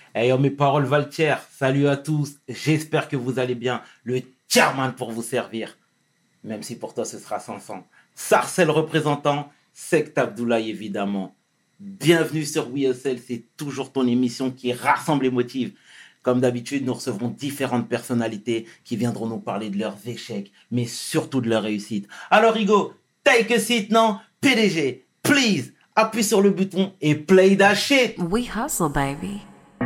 Hey, mes paroles Valtier, salut à tous. J'espère que vous allez bien. Le chairman pour vous servir. Même si pour toi ce sera sans sang. Sarcel représentant, Sect Abdoulaye évidemment. Bienvenue sur WSL, c'est toujours ton émission qui rassemble et motive. Comme d'habitude, nous recevrons différentes personnalités qui viendront nous parler de leurs échecs, mais surtout de leurs réussites. Alors Hugo, take a seat, non? PDG, please, appuie sur le bouton et play that shit. We hustle, baby.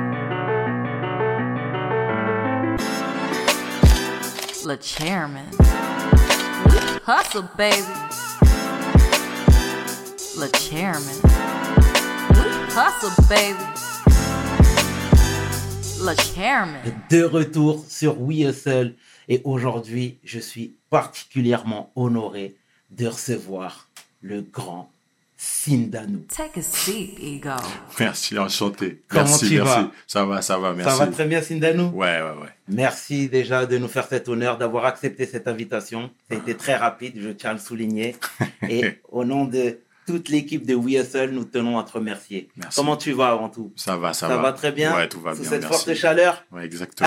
Le chairman. Hustle, baby. Le chairman. Hustle, baby. Le chairman. De retour sur We Hustle et aujourd'hui, je suis particulièrement honoré de recevoir le grand Sindanou. Take a seat, Ego. Merci, enchanté. Comment merci, tu merci. vas? Ça va, merci. Ça va très bien, Sindanou? Ouais. Merci déjà de nous faire cet honneur, d'avoir accepté cette invitation. Ça a été très rapide, je tiens à le souligner. Et au nom de toute l'équipe de We Hustle, nous tenons à te remercier. Merci. Comment tu vas avant tout? Ça va. Ça va très bien? Ouais, tout va Sous bien, cette merci. forte chaleur? Ouais, exactement.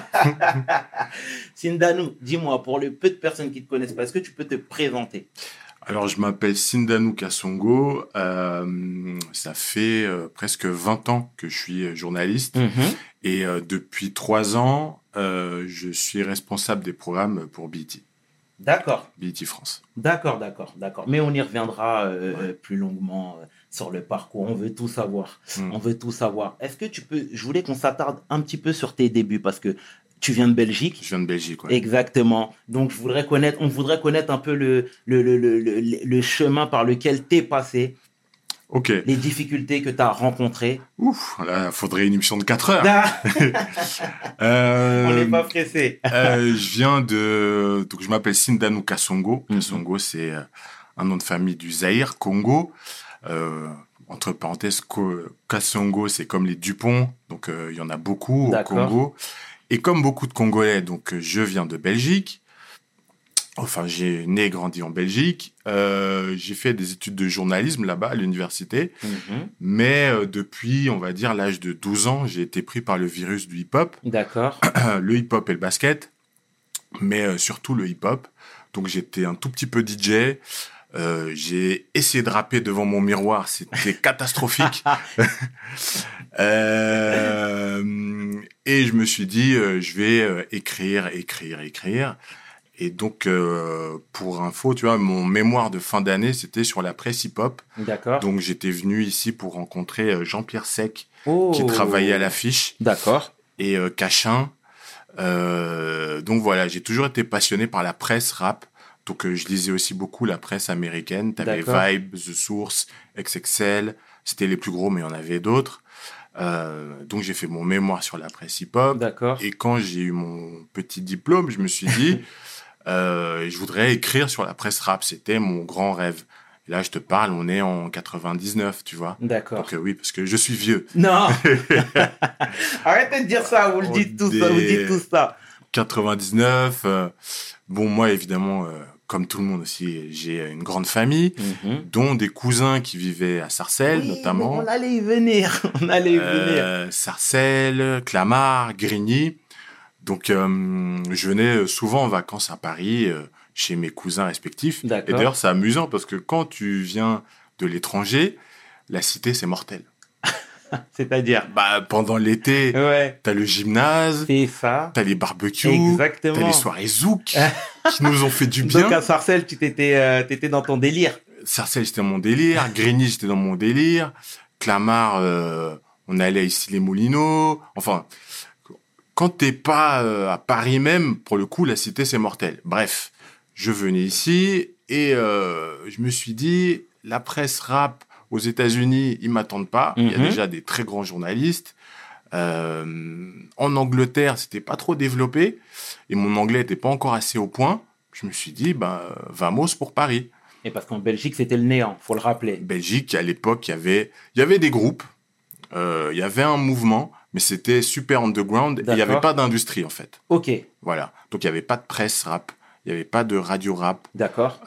Sindanou, dis-moi, pour le peu de personnes qui ne te connaissent pas, est-ce que tu peux te présenter? Alors, je m'appelle Sindanou Kassongo. Ça fait presque 20 ans que je suis journaliste. Et depuis 3 ans, je suis responsable des programmes pour BET. D'accord. BET France. D'accord. Mais on y reviendra plus longuement sur le parcours. On veut tout savoir. On veut tout savoir. Est-ce que tu peux... Je voulais qu'on s'attarde un petit peu sur tes débuts parce que tu viens de Belgique. Je viens de Belgique, ouais. Exactement. Donc, on voudrait connaître un peu le chemin par lequel tu es passé, Ok. les difficultés que tu as rencontrées. Ouf, là, faudrait une émission de 4 heures. On n'est pas pressé. Je viens de... Donc, je m'appelle Sindanou Kassongo. Kassongo, c'est un nom de famille du Zaïre, Congo. Entre parenthèses, Kassongo, c'est comme les Dupont. Donc, il y en a beaucoup au D'accord. Congo. Et comme beaucoup de Congolais, donc, je viens de Belgique. Enfin, j'ai né et grandi en Belgique. J'ai fait des études de journalisme là-bas, à l'université. Mais depuis, on va dire, l'âge de 12 ans, j'ai été pris par le virus du hip-hop. D'accord. Le hip-hop et le basket, mais surtout le hip-hop. Donc j'étais un tout petit peu DJ. J'ai essayé de rapper devant mon miroir, c'était catastrophique. Et je me suis dit, je vais écrire. Et donc, pour info, tu vois, mon mémoire de fin d'année, c'était sur la presse hip-hop. D'accord. Donc j'étais venu ici pour rencontrer Jean-Pierre Sec, Oh. qui travaillait à l'affiche, D'accord. et Cachin. Donc voilà, j'ai toujours été passionné par la presse rap. Donc je lisais aussi beaucoup la presse américaine. T'avais D'accord. Vibe, The Source, XXL. C'était les plus gros, mais il y en avait d'autres. Donc j'ai fait mon mémoire sur la presse hip-hop. D'accord. Et quand j'ai eu mon petit diplôme, je me suis dit, je voudrais écrire sur la presse rap. C'était mon grand rêve. Et là, je te parle, on est en 99, tu vois. D'accord. Donc oui, parce que je suis vieux. Non. Arrêtez de dire ça, vous le dites tout ça, vous dites tout ça. 99. Bon, moi, évidemment, comme tout le monde aussi, j'ai une grande famille, dont des cousins qui vivaient à Sarcelles, Oui, notamment. On allait y venir. Sarcelles, Clamart, Grigny. Donc, je venais souvent en vacances à Paris, chez mes cousins respectifs. D'accord. Et d'ailleurs, c'est amusant parce que quand tu viens de l'étranger, la cité, c'est mortel. C'est-à-dire. Bah, pendant l'été, Ouais. t'as le gymnase, C'est ça. t'as les barbecues, Exactement. t'as les soirées zouk qui nous ont fait du bien. Donc à Sarcelles, tu t'étais dans ton délire. Sarcelles, c'était mon délire. Grigny, j'étais dans mon délire. Clamart, on allait ici les Moulineaux. Enfin, quand t'es pas à Paris même, pour le coup, la cité, c'est mortel. Bref, je venais ici et je me suis dit, la presse rap aux États-Unis, ils m'attendent pas. Il y a déjà des très grands journalistes. En Angleterre, c'était pas trop développé et mon anglais était pas encore assez au point. Je me suis dit, vamos pour Paris. Et parce qu'en Belgique, c'était le néant, faut le rappeler. Belgique, à l'époque, il y avait des groupes, il y avait un mouvement, mais c'était super underground et il n'y avait pas d'industrie, en fait. Ok. Voilà. Donc, il n'y avait pas de presse rap, il n'y avait pas de radio rap. D'accord.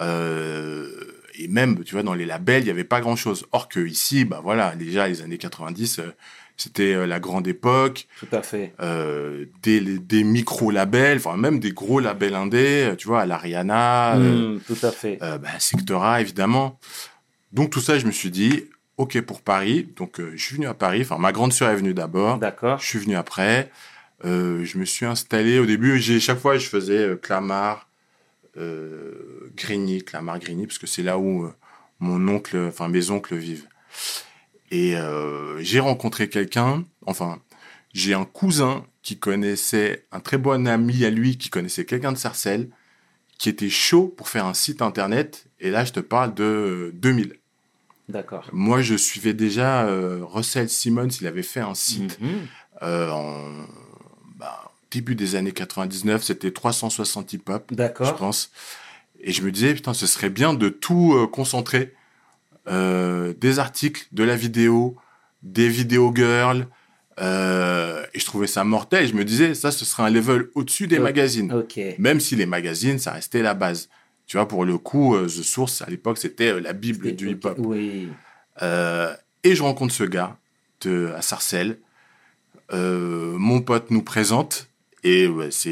Et même, tu vois, dans les labels, il n'y avait pas grand-chose. Or que ici, voilà, déjà, les années 90, C'était la grande époque, Tout à fait. des micro-labels, enfin même des gros labels indés, tu vois, à l'Ariana, Tout à fait. Sectora, évidemment. Donc tout ça, je me suis dit, ok pour Paris. Donc je suis venu à Paris. Enfin, ma grande sœur est venue d'abord. D'accord. Je suis venu après. Je me suis installé. Au début, chaque fois, je faisais Clamart, Grigny, parce que c'est là où mes oncles vivent. Et j'ai rencontré quelqu'un. Enfin, j'ai un cousin qui connaissait un très bon ami à lui qui connaissait quelqu'un de Sarcelles, qui était chaud pour faire un site internet. Et là, je te parle de 2000. D'accord. Moi, je suivais déjà Russell Simmons. Il avait fait un site début des années 99. C'était 360 hip-hop, D'accord. je pense. Et je me disais, putain, ce serait bien de tout concentrer. Des articles, de la vidéo, des vidéo girls. Et je trouvais ça mortel. Et je me disais, ça, ce serait un level au-dessus des magazines. Ok. Même si les magazines, ça restait la base. Tu vois, pour le coup, The Source, à l'époque, c'était la Bible du hip-hop. Oui. Et je rencontre ce gars à Sarcelles. Mon pote nous présente. Et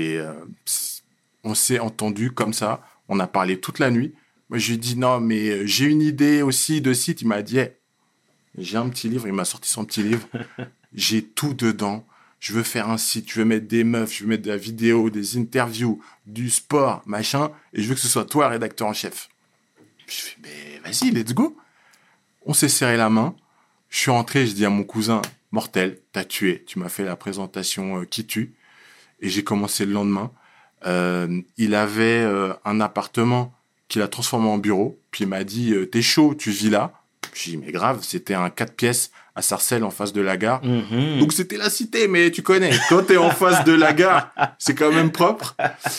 on s'est entendu comme ça. On a parlé toute la nuit. Moi, je lui ai dit, non, mais j'ai une idée aussi de site. Il m'a dit, hey, j'ai un petit livre. Il m'a sorti son petit livre. J'ai tout dedans. Je veux faire un site. Je veux mettre des meufs. Je veux mettre de la vidéo, des interviews, du sport, machin. Et je veux que ce soit toi, rédacteur en chef. Je fais, mais vas-y, let's go. On s'est serré la main. Je suis rentré. Je dis à mon cousin, mortel, t'as tué. Tu m'as fait la présentation qui tue. Et j'ai commencé le lendemain. Il avait un appartement qu'il a transformé en bureau. Puis il m'a dit, t'es chaud, tu vis là. J'ai dit, mais grave, c'était un 4 pièces à Sarcelles en face de la gare. Donc c'était la cité, mais tu connais, quand t'es en face de la gare, c'est quand même propre.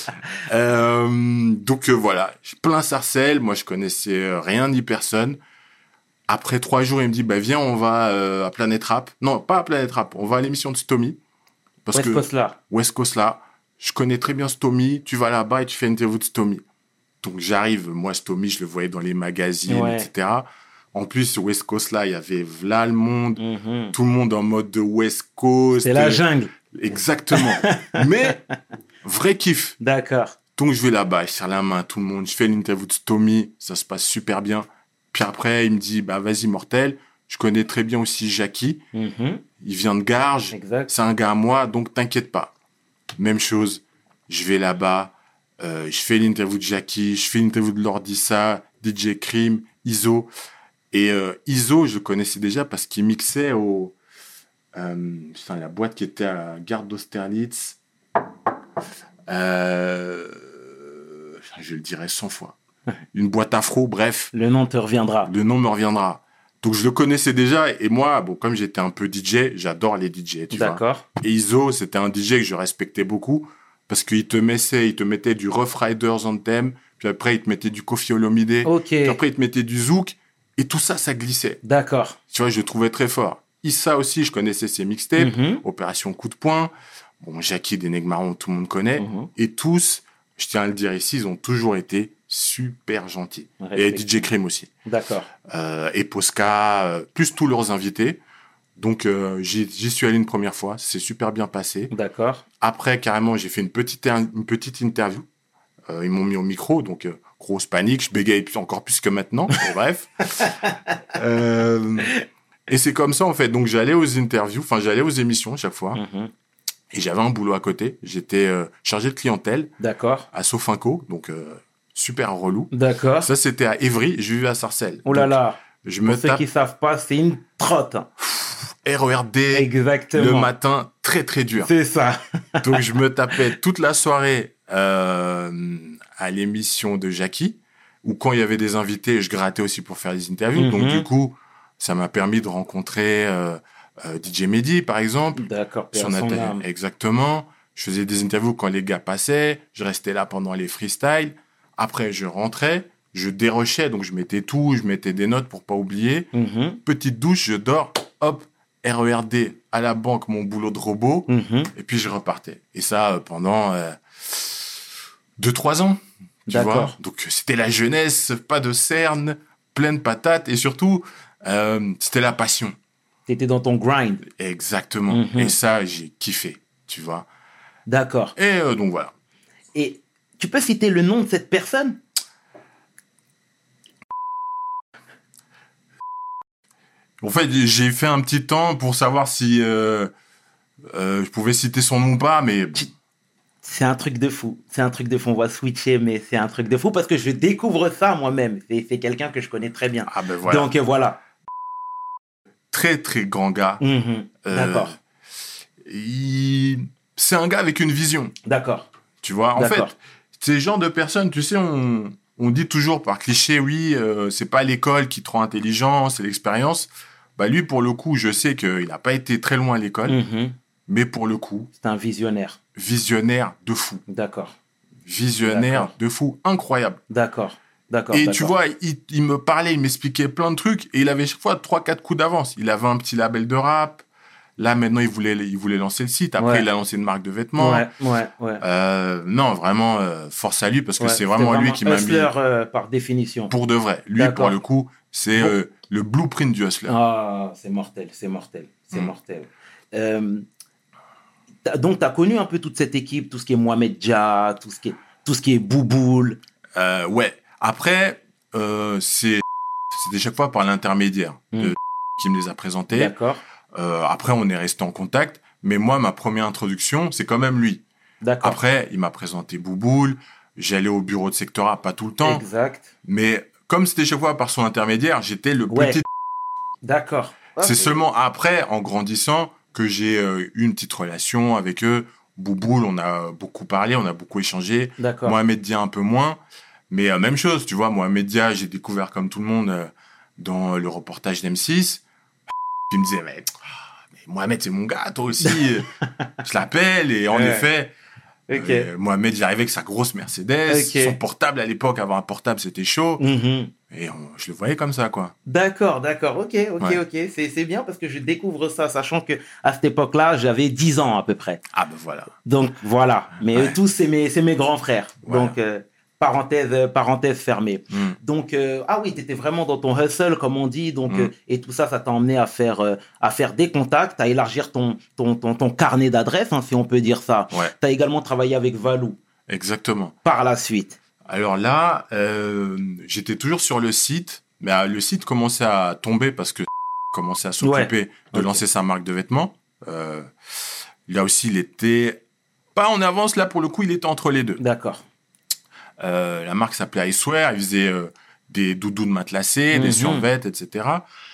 Donc voilà, plein Sarcelles. Moi, je connaissais rien ni personne. Après 3 jours, il me dit, bah viens, on va à Planète Rap. Non, pas à Planète Rap, on va à l'émission de Stomy. West Coast là. Je connais très bien Stomy. Tu vas là-bas et tu fais une interview de Stomy. Donc j'arrive, moi Stomy, je le voyais dans les magazines, etc. En plus, West Coast là, il y avait V'là le monde, tout le monde en mode de West Coast. C'est la jungle. Exactement. Mais vrai kiff. D'accord. Donc je vais là-bas, je serre la main à tout le monde, je fais l'interview de Stomy, ça se passe super bien. Puis après, il me dit, bah vas-y mortel. Je connais très bien aussi Jackie. Il vient de Garges. Exact. C'est un gars à moi, donc t'inquiète pas. Même chose, je vais là-bas, je fais l'interview de Jackie, je fais l'interview de Lordissa, DJ Cream, Iso. Et Iso, je le connaissais déjà parce qu'il mixait la boîte qui était à Gare d'Austerlitz. Je le dirai 100 fois. Une boîte afro, bref. Le nom te reviendra. Le nom me reviendra. Donc je le connaissais déjà. Et moi, bon, comme j'étais un peu DJ, j'adore les DJ, tu vois. D'accord. Et Iso, c'était un DJ que je respectais beaucoup parce qu'il te mettait du Rough Riders Anthem, puis après il te mettait du Koffi Olomide, puis après il te mettait du Zouk, et tout ça, ça glissait. D'accord. Tu vois, je le trouvais très fort. Issa aussi, je connaissais ses mixtapes, Opération Coup de Poing, bon, Jackie des Nègres Marrons, tout le monde connaît, et tous, je tiens à le dire ici, ils ont toujours été super gentils. Et DJ Cream aussi. D'accord. Et Posca, plus tous leurs invités. Donc, j'y suis allé une première fois. C'est super bien passé. D'accord. Après, carrément, j'ai fait une petite interview. Ils m'ont mis au micro, donc grosse panique. Je bégayais encore plus que maintenant. Bref. Et c'est comme ça, en fait. Donc, j'allais aux émissions chaque fois. Et j'avais un boulot à côté. J'étais chargé de clientèle. D'accord. À Sofinco. Donc, super relou. D'accord. Ça, c'était à Évry. Je vivais à Sarcelles. Oh là là. Pour ceux qui savent pas, c'est une trotte. RERD. Exactement. Le matin, très très dur. C'est ça. Donc je me tapais toute la soirée à l'émission de Jackie, où quand il y avait des invités, je grattais aussi pour faire des interviews. Donc du coup, ça m'a permis de rencontrer DJ Mehdi, par exemple. D'accord. Exactement. Je faisais des interviews quand les gars passaient. Je restais là pendant les freestyles. Après, je rentrais. Je dérochais, donc je mettais tout, je mettais des notes pour pas oublier. Petite douche, je dors, hop, RERD à la banque, mon boulot de robot, et puis je repartais. Et ça pendant 2-3 ans, tu vois. Donc c'était la jeunesse, pas de cerne, pleine patate, et surtout, c'était la passion. T'étais dans ton grind. Exactement. Mhm. Et ça, j'ai kiffé, tu vois. D'accord. Et donc voilà. Et tu peux citer le nom de cette personne? En fait, j'ai fait un petit temps pour savoir si je pouvais citer son nom ou pas, mais C'est un truc de fou. C'est un truc de fou. On va switcher, mais c'est un truc de fou parce que je découvre ça moi-même. C'est quelqu'un que je connais très bien. ah ben voilà. Donc voilà. Très très grand gars. Mhm. D'accord. C'est un gars avec une vision, D'accord. tu vois. En fait, D'accord. ces genres de personnes, tu sais, on dit toujours par cliché, oui, c'est pas l'école qui te rend intelligent, c'est l'expérience. Bah lui, pour le coup, je sais qu'il n'a pas été très loin à l'école, Mhm. mais pour le coup, C'est un visionnaire. visionnaire de fou. D'accord. Visionnaire D'accord. de fou, incroyable. D'accord. D'accord. Et d'accord. tu vois, il me parlait, il m'expliquait plein de trucs, et il avait chaque fois 3-4 coups d'avance. Il avait un petit label de rap. Là, maintenant, il voulait lancer le site. Après, Ouais. il a lancé une marque de vêtements. Ouais. Non, vraiment, force à lui, parce que Ouais, c'est vraiment lui qui m'a mis hustler, par définition. pour de vrai. Lui, D'accord. pour le coup, c'est Bon. le blueprint du hustler. Ah, c'est mortel, c'est mortel, c'est Mm. mortel. Donc, tu as connu un peu toute cette équipe, tout ce qui est Mohamed Dia, tout ce qui est Bouboule. Ouais. Après, c'était chaque fois par l'intermédiaire de qui me les a présentés. D'accord, Après, on est resté en contact. Mais moi, ma première introduction, c'est quand même lui. d'accord. Après, il m'a présenté Bouboule. J'allais au bureau de secteur A, pas tout le temps. Exact. Mais comme c'était chaque fois par son intermédiaire, j'étais le Ouais. petit. D'accord. C'est Ok. seulement après, en grandissant, que j'ai eu une petite relation avec eux. Bouboule, on a beaucoup parlé, on a beaucoup échangé. D'accord. Mohamed Dia, un peu moins. Mais même chose, tu vois, Mohamed Dia, j'ai découvert comme tout le monde dans le reportage d'M6. Il me disait, mais Mohamed, c'est mon gars, toi aussi. Je l'appelle et en Ouais. effet, Ok. Mohamed, j'arrivais avec sa grosse Mercedes. Ok. Son portable, à l'époque, avoir un portable, c'était chaud. Mhm. Et je le voyais comme ça, quoi. D'accord. Ok. Ouais. Ok. C'est bien parce que je découvre ça, sachant que à cette époque-là, j'avais 10 ans à peu près. Ah ben voilà. Donc voilà. Mais Ouais. eux tous, c'est mes grands frères. Voilà. Donc parenthèse fermée. Mm. Donc ah oui, tu étais vraiment dans ton hustle comme on dit. Donc Mm. et tout ça, ça t'a emmené à faire des contacts, à élargir ton carnet d'adresses, hein, si on peut dire ça. Ouais, Tu as également travaillé avec Valou exactement. par la suite. Alors là, j'étais toujours sur le site, mais le site commençait à tomber parce que commençait à s'occuper de Ok. lancer sa marque de vêtements. Là aussi, il était pas en avance. Là, pour le coup, il était entre les deux. D'accord. La marque s'appelait Icewear. Il faisait des doudous de matelassés, Mhm. des survêtements, etc.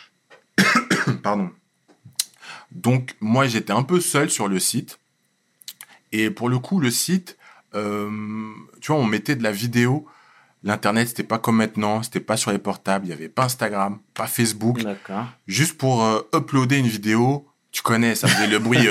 Pardon. Donc, moi, j'étais un peu seul sur le site. Et pour le coup, le site, tu vois, on mettait de la vidéo. L'Internet, c'était pas comme maintenant. C'était pas sur les portables. Il y avait pas Instagram, pas Facebook. D'accord. Juste pour uploader une vidéo, tu connais, ça faisait le bruit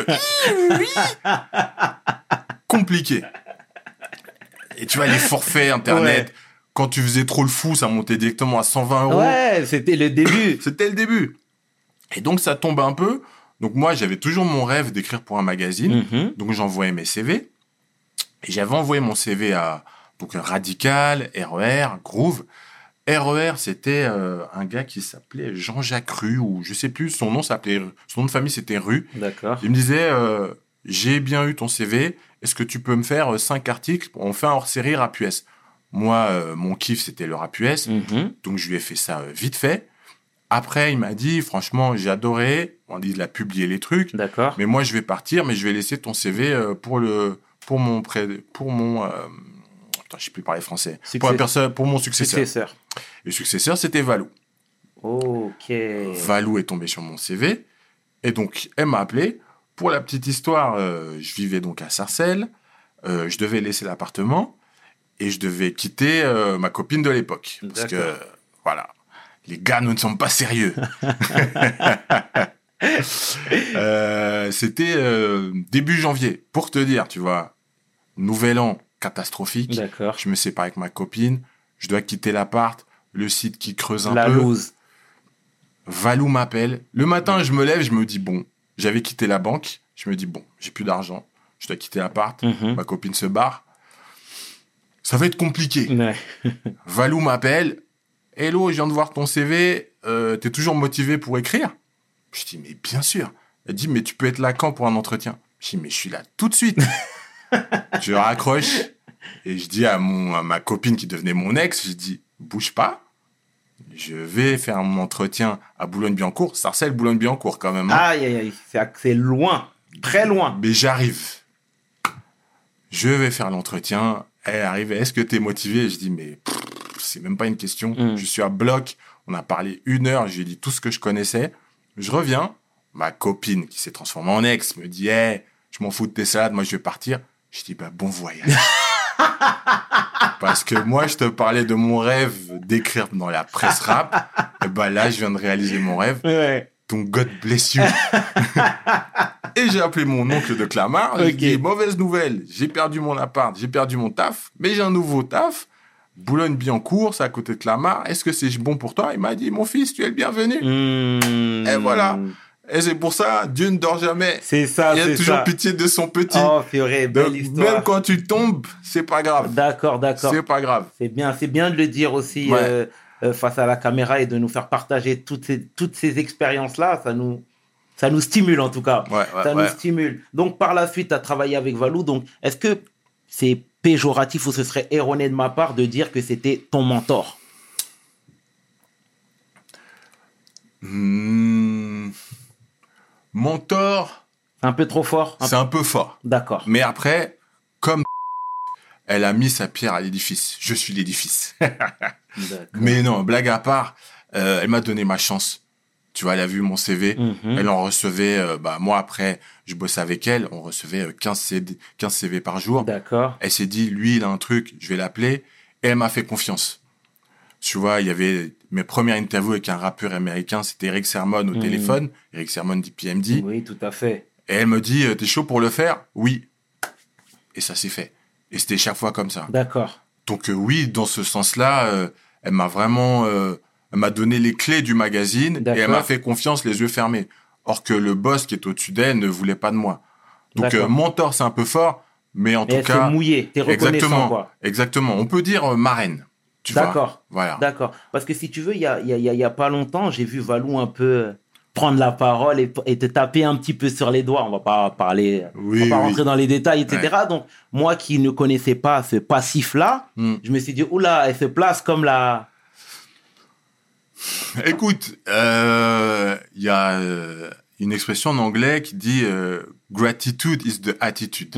compliqué. Et tu vois, les forfaits Internet, Ouais. quand tu faisais trop le fou, ça montait directement à 120 €. Ouais, c'était le début. C'était le début. Et donc, ça tombe un peu. Donc, moi, j'avais toujours mon rêve d'écrire pour un magazine. Mhm. Donc, j'envoyais mes CV. Et j'avais envoyé mon CV à donc, Radical, RER, Groove. RER, c'était un gars qui s'appelait Jean-Jacques Rue, ou je sais plus, son nom de famille, c'était Rue. D'accord. Il me disait, j'ai bien eu ton CV, est-ce que tu peux me faire 5 articles? On fait un hors-série rap US. Moi, mon kiff, c'était le rap US, Mhm. donc je lui ai fait ça vite fait. Après, il m'a dit, franchement, j'ai adoré. Il a publié les trucs, D'accord. mais moi, je vais partir, mais je vais laisser ton CV pour mon attends, je sais plus parler français. Pour mon successeur. Successeur. Le successeur, c'était Valou. Ok. Valou est tombé sur mon CV. Et donc, elle m'a appelé. Pour la petite histoire, je vivais donc à Sarcelles. Je devais laisser l'appartement. Et je devais quitter ma copine de l'époque. Parce que, D'accord. voilà, les gars, nous ne sommes pas sérieux. C'était début janvier. Pour te dire, tu vois, nouvel an catastrophique. D'accord. Je me sépare avec ma copine. Je dois quitter l'appart. Le site qui creuse un La peu. loose. Valou m'appelle. Le matin, je me lève, je me dis, bon, j'avais quitté la banque. Je me dis, bon, j'ai plus d'argent. Je dois quitter l'appart. Mhm. Ma copine se barre. Ça va être compliqué. Ouais. Valou m'appelle. Hello, je viens de voir ton CV. T'es toujours motivé pour écrire? Je dis, mais bien sûr. Elle dit, mais tu peux être là quand pour un entretien? Je dis, mais je suis là tout de suite. Je raccroche et je dis à ma copine qui devenait mon ex, je dis, bouge pas. Je vais faire mon entretien à Boulogne-Billancourt. Sarcelles, Boulogne-Billancourt quand même. Hein. Aïe, aïe, aïe. C'est loin. Très loin. Mais j'arrive. Je vais faire l'entretien. Elle arrive. Est-ce que t'es motivé? Je dis, mais c'est même pas une question. Je suis à bloc. On a parlé 1 heure. J'ai dit tout ce que je connaissais. Je reviens. Ma copine, qui s'est transformée en ex, me dit, hey, je m'en fous de tes salades. Moi, je vais partir. Je dis, bah, bon voyage. Parce que moi, je te parlais de mon rêve d'écrire dans la presse rap. Et bah là, je viens de réaliser mon rêve. Ouais. Donc, God bless you. Et j'ai appelé mon oncle de Clamart. J'ai dit, mauvaise nouvelle. J'ai perdu mon appart, j'ai perdu mon taf, mais j'ai un nouveau taf. Boulogne-Billancourt, c'est à côté de Clamart. Est-ce que c'est bon pour toi? Il m'a dit, mon fils, tu es le bienvenu. Et voilà. Et c'est pour ça, Dieu ne dort jamais. C'est ça, c'est ça. Il a toujours pitié de son petit. Oh, purée, belle Donc, histoire. même quand tu tombes, c'est pas grave. D'accord. C'est pas grave. C'est bien de le dire aussi face à la caméra et de nous faire partager toutes ces expériences-là. Ça nous stimule en tout cas. Ça nous stimule. Donc, par la suite, tu as travaillé avec Valou. Donc, est-ce que c'est péjoratif ou ce serait erroné de ma part de dire que c'était ton mentor? Mentor, Un peu trop fort? c'est un peu fort. D'accord. Mais après, comme elle a mis sa pierre à l'édifice, je suis l'édifice. Mais non, blague à part, elle m'a donné ma chance. Tu vois, elle a vu mon CV. Elle en recevait, moi après, je bossais avec elle, on recevait 15 CV par jour. D'accord. Elle s'est dit, lui, il a un truc, je vais l'appeler. Et elle m'a fait confiance. Tu vois, il y avait mes premières interviews avec un rappeur américain, c'était Eric Sermon au téléphone. Eric Sermon d'IPMD. Oui, tout à fait. Et elle me dit, t'es chaud pour le faire? Oui. Et ça s'est fait. Et c'était chaque fois comme ça. D'accord. Donc oui, dans ce sens-là, elle m'a vraiment... elle m'a donné les clés du magazine et elle m'a fait confiance les yeux fermés. Or que le boss qui est au-dessus d'elle ne voulait pas de moi. Donc mentor, c'est un peu fort, mais en tout cas... t'es mouillé, t'es reconnaissant, quoi. Exactement. On peut dire marraine. D'accord. Voilà. D'accord. Parce que si tu veux, il y a pas longtemps, j'ai vu Valou un peu prendre la parole et te taper un petit peu sur les doigts. On va pas parler, on va pas rentrer dans les détails, etc. Ouais. Donc, moi qui ne connaissais pas ce passif-là, je me suis dit, oula, elle se place comme la... Écoute, il y a une expression en anglais qui dit gratitude is the attitude.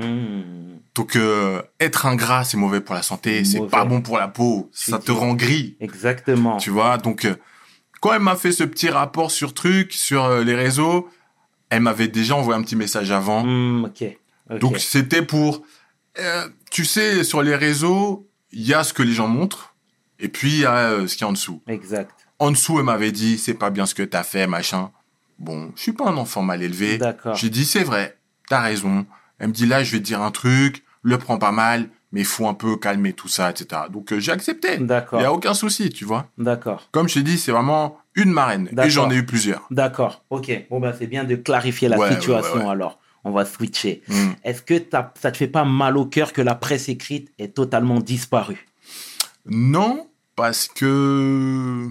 Donc être ingrat, c'est mauvais pour la santé, c'est pas bon pour la peau, ça te rend gris. Exactement. Tu vois, donc quand elle m'a fait ce petit rapport sur les réseaux, elle m'avait déjà envoyé un petit message avant. Donc c'était pour tu sais, sur les réseaux, il y a ce que les gens montrent et puis il y a ce qu'il y a en dessous. Exact. En dessous, elle m'avait dit, c'est pas bien ce que t'as fait, machin. Bon, je suis pas un enfant mal élevé. D'accord. J'ai dit, c'est vrai, t'as raison. Elle me dit, là, je vais te dire un truc, le prends pas mal, mais il faut un peu calmer tout ça, etc. Donc, j'ai accepté. D'accord. Il y a aucun souci, tu vois. D'accord. Comme je t'ai dit, c'est vraiment une marraine. Et j'en ai eu plusieurs. D'accord. Ok. Bon, ben, c'est bien de clarifier la situation, alors. On va switcher. Est-ce que ça te fait pas mal au cœur que la presse écrite ait totalement disparu? Non, parce que...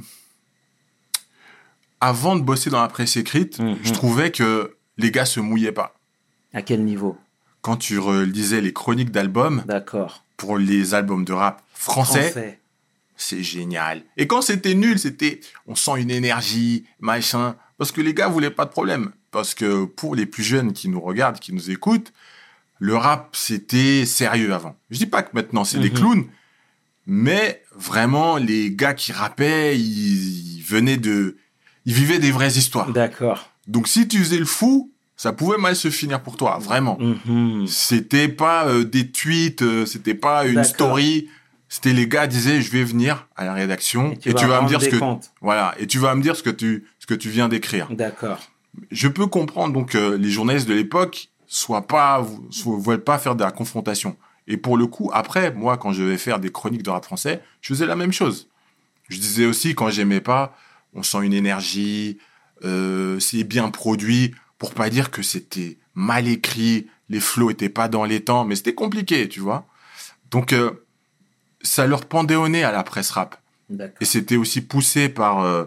Avant de bosser dans la presse écrite, je trouvais que les gars se mouillaient pas. À quel niveau? Quand tu relisais les chroniques d'albums, pour les albums de rap français, c'est génial. Et quand c'était nul, on sent une énergie, machin, parce que les gars voulaient pas de problème. Parce que pour les plus jeunes qui nous regardent, qui nous écoutent, le rap, c'était sérieux avant. Je dis pas que maintenant c'est des clowns, mais vraiment, les gars qui rappaient, ils vivaient des vraies histoires. D'accord. Donc, si tu faisais le fou, ça pouvait mal se finir pour toi, vraiment. C'était pas des tweets, c'était pas une story. C'était les gars disaient, je vais venir à la rédaction et tu vas me dire et tu vas me dire ce que tu viens d'écrire. D'accord. Je peux comprendre donc les journalistes de l'époque veulent pas faire de la confrontation. Et pour le coup, après, moi, quand je vais faire des chroniques de rap français, je faisais la même chose. Je disais aussi, quand j'aimais pas, on sent une énergie, c'est bien produit, pour pas dire que c'était mal écrit, les flows étaient pas dans les temps, mais c'était compliqué, tu vois. Donc, ça leur pendait au nez à la presse rap. D'accord. Et c'était aussi poussé par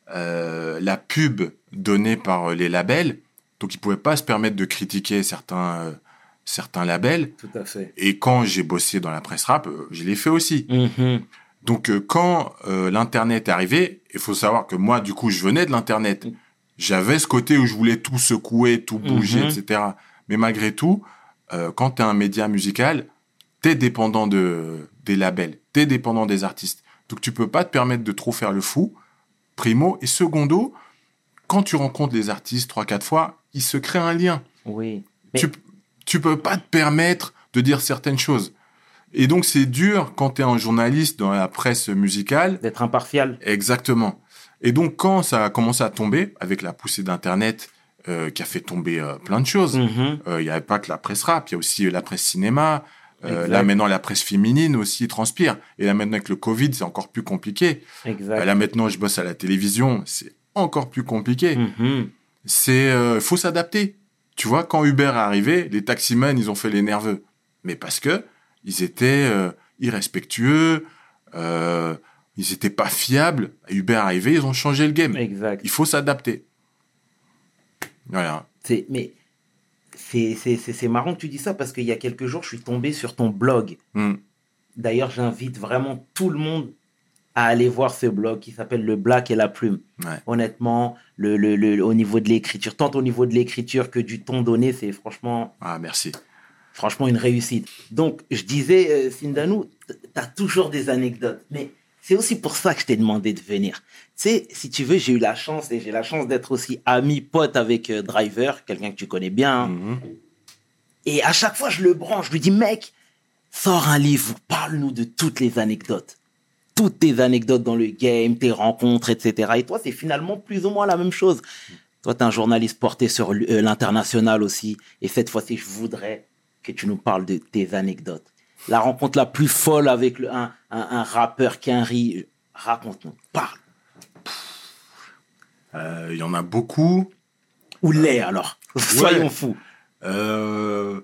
la pub donnée par les labels. Donc, ils pouvaient pas se permettre de critiquer certains labels. Tout à fait. Et quand j'ai bossé dans la presse rap, je l'ai fait aussi. Donc, quand l'Internet est arrivé, il faut savoir que moi, du coup, je venais de l'Internet. J'avais ce côté où je voulais tout secouer, tout bouger, etc. Mais malgré tout, quand tu es un média musical, tu es dépendant des labels, tu es dépendant des artistes. Donc, tu peux pas te permettre de trop faire le fou, primo. Et secondo, quand tu rencontres les artistes 3-4 fois, il se crée un lien. Oui. Tu peux pas te permettre de dire certaines choses. Et donc, c'est dur quand tu es un journaliste dans la presse musicale. D'être impartial. Exactement. Et donc, quand ça a commencé à tomber, avec la poussée d'Internet qui a fait tomber plein de choses, il n'y avait pas que la presse rap, il y a aussi la presse cinéma. Là, maintenant, la presse féminine aussi transpire. Et là, maintenant, avec le Covid, c'est encore plus compliqué. Exact. Là, maintenant, je bosse à la télévision, c'est encore plus compliqué. Faut s'adapter. Tu vois, quand Uber est arrivé, les taximans, ils ont fait les nerveux. Mais parce que ils étaient irrespectueux, ils étaient pas fiables. Uber est arrivé, ils ont changé le game. Exact. Il faut s'adapter. Voilà. C'est marrant que tu dis ça parce qu'il y a quelques jours, je suis tombé sur ton blog. D'ailleurs, j'invite vraiment tout le monde à aller voir ce blog qui s'appelle Le Black et la Plume. Ouais. Honnêtement, au niveau de l'écriture, tant au niveau de l'écriture que du ton donné, c'est franchement Merci. une réussite. Donc, je disais, Sindanou, tu as toujours des anecdotes. Mais c'est aussi pour ça que je t'ai demandé de venir. Tu sais, si tu veux, j'ai la chance d'être aussi ami, pote avec Driver, quelqu'un que tu connais bien. Et à chaque fois, je le branche. Je lui dis, mec, sors un livre, parle-nous de toutes les anecdotes. Toutes tes anecdotes dans le game, tes rencontres, etc. Et toi, c'est finalement plus ou moins la même chose. Toi, tu es un journaliste porté sur l'international aussi. Et cette fois-ci, je voudrais que tu nous parles de tes anecdotes. La rencontre la plus folle avec un rappeur Quinry. Raconte-nous, parle. Il y en a beaucoup. Ou les, alors. Soyons fous. Je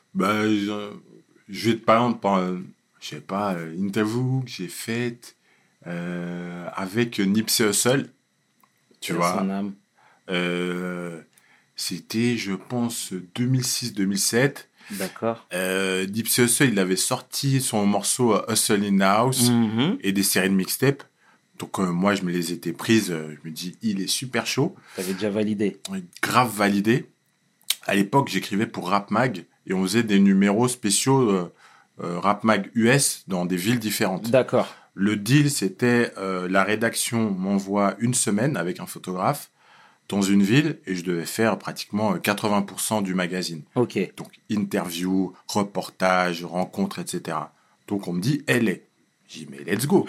vais te parler je sais pas, interview que j'ai faite avec Nipsey Hussle. Tu vois. Son âme. C'était, je pense, 2006-2007. D'accord. Nipsey Hussle, il avait sorti son morceau Hustle in the House et des séries de mixtapes. Donc moi, je me les étais prises. Je me dis, il est super chaud. T'avais déjà validé. Grave validé. À l'époque, j'écrivais pour Rap Mag et on faisait des numéros spéciaux Rap Mag US dans des villes différentes. D'accord. Le deal, c'était la rédaction m'envoie une semaine avec un photographe dans une ville et je devais faire pratiquement 80% du magazine. Ok. Donc, interview, reportage, rencontre, etc. Donc, on me dit LA. J'ai dit, mais let's go.